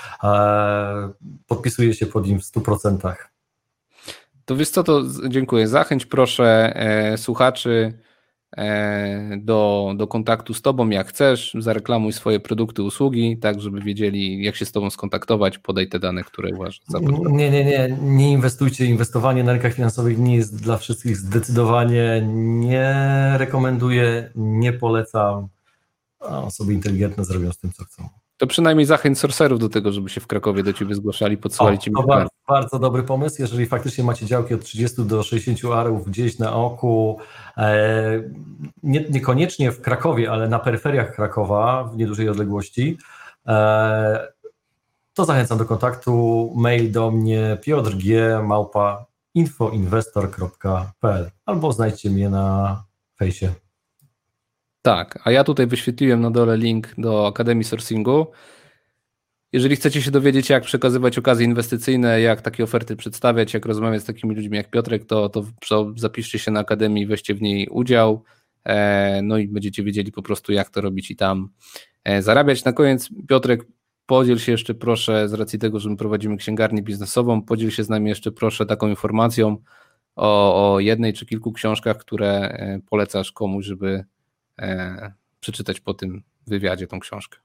Podpisuję się pod nim w 100%. To wiesz co, to dziękuję. Zachęć proszę słuchaczy do kontaktu z tobą, jak chcesz, zareklamuj swoje produkty, usługi, tak żeby wiedzieli, jak się z tobą skontaktować, podaj te dane, które uważasz za potrzebne. Nie inwestujcie. Inwestowanie na rynkach finansowych nie jest dla wszystkich, zdecydowanie nie rekomenduję, nie polecam, a osoby inteligentne zrobią z tym, co chcą. To przynajmniej zachęć sorcerów do tego, żeby się w Krakowie do ciebie zgłaszali, podsyłali ci to bardzo dobry pomysł. Jeżeli faktycznie macie działki od 30 do 60 arów gdzieś na oku, niekoniecznie w Krakowie, ale na peryferiach Krakowa, w niedużej odległości, to zachęcam do kontaktu. Mail do mnie piotrg@infoinvestor.pl albo znajdźcie mnie na fejsie. Tak, a ja tutaj wyświetliłem na dole link do Akademii Sourcingu. Jeżeli chcecie się dowiedzieć, jak przekazywać okazje inwestycyjne, jak takie oferty przedstawiać, jak rozmawiać z takimi ludźmi jak Piotrek, to zapiszcie się na Akademii, weźcie w niej udział, no i będziecie wiedzieli po prostu, jak to robić i tam zarabiać. Na koniec, Piotrek, podziel się jeszcze proszę, z racji tego, że my prowadzimy księgarnię biznesową, podziel się z nami jeszcze proszę taką informacją o jednej czy kilku książkach, które polecasz komuś, żeby przeczytać po tym wywiadzie tą książkę.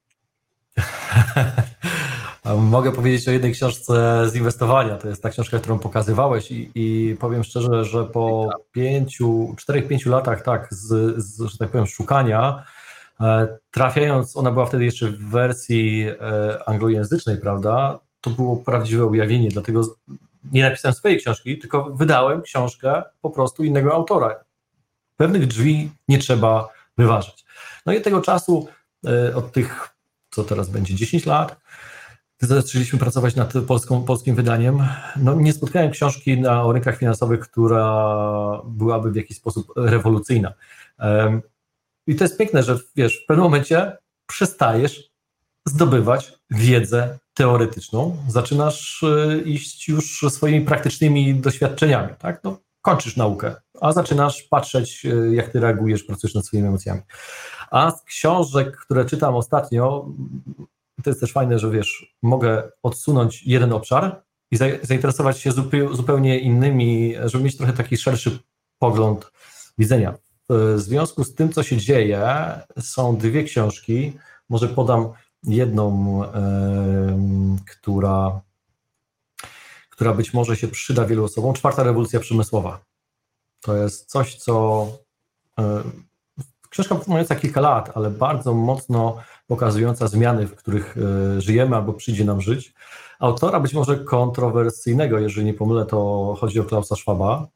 Mogę powiedzieć o jednej książce z inwestowania. To jest ta książka, którą pokazywałeś i powiem szczerze, że po 4-5 latach że tak powiem, szukania, trafiając, ona była wtedy jeszcze w wersji anglojęzycznej, prawda, to było prawdziwe objawienie, dlatego nie napisałem swojej książki, tylko wydałem książkę po prostu innego autora. Pewnych drzwi nie trzeba wyważać. No i od tego czasu, od tych co teraz będzie, 10 lat, gdy zaczęliśmy pracować nad polskim wydaniem, no nie spotkałem książki o rynkach finansowych, która byłaby w jakiś sposób rewolucyjna. I to jest piękne, że wiesz, w pewnym momencie przestajesz zdobywać wiedzę teoretyczną, zaczynasz iść już swoimi praktycznymi doświadczeniami, tak? No, kończysz naukę, a zaczynasz patrzeć, jak ty reagujesz, pracujesz nad swoimi emocjami. A z książek, które czytam ostatnio, to jest też fajne, że wiesz, mogę odsunąć jeden obszar i zainteresować się zupełnie innymi, żeby mieć trochę taki szerszy pogląd widzenia. W związku z tym, co się dzieje, są dwie książki, może podam jedną, która być może się przyda wielu osobom. 4. rewolucja przemysłowa. To jest coś, co książka mająca kilka lat, ale bardzo mocno pokazująca zmiany, w których żyjemy albo przyjdzie nam żyć. Autora być może kontrowersyjnego, jeżeli nie pomylę, to chodzi o Klausa Schwaba,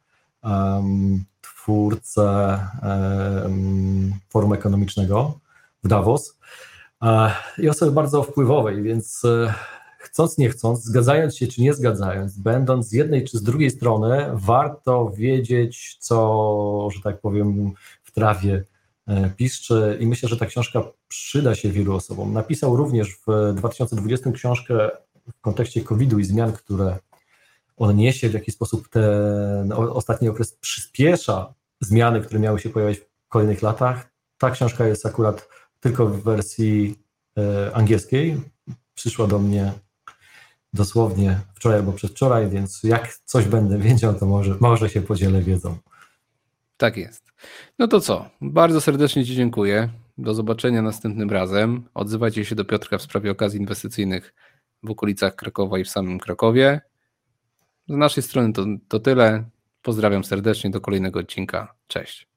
twórcę Forum Ekonomicznego w Davos i osoby bardzo wpływowej, więc chcąc nie chcąc, zgadzając się czy nie zgadzając, będąc z jednej czy z drugiej strony, warto wiedzieć, co, że tak powiem, w trawie piszczy i myślę, że ta książka przyda się wielu osobom. Napisał również w 2020 książkę w kontekście COVID-u i zmian, które on niesie, w jaki sposób ten ostatni okres przyspiesza zmiany, które miały się pojawiać w kolejnych latach. Ta książka jest akurat tylko w wersji angielskiej. Przyszła do mnie dosłownie wczoraj albo przedwczoraj, więc jak coś będę wiedział, to może się podzielę wiedzą. Tak jest. No to co? Bardzo serdecznie Ci dziękuję. Do zobaczenia następnym razem. Odzywajcie się do Piotrka w sprawie okazji inwestycyjnych w okolicach Krakowa i w samym Krakowie. Z naszej strony to tyle. Pozdrawiam serdecznie, do kolejnego odcinka. Cześć.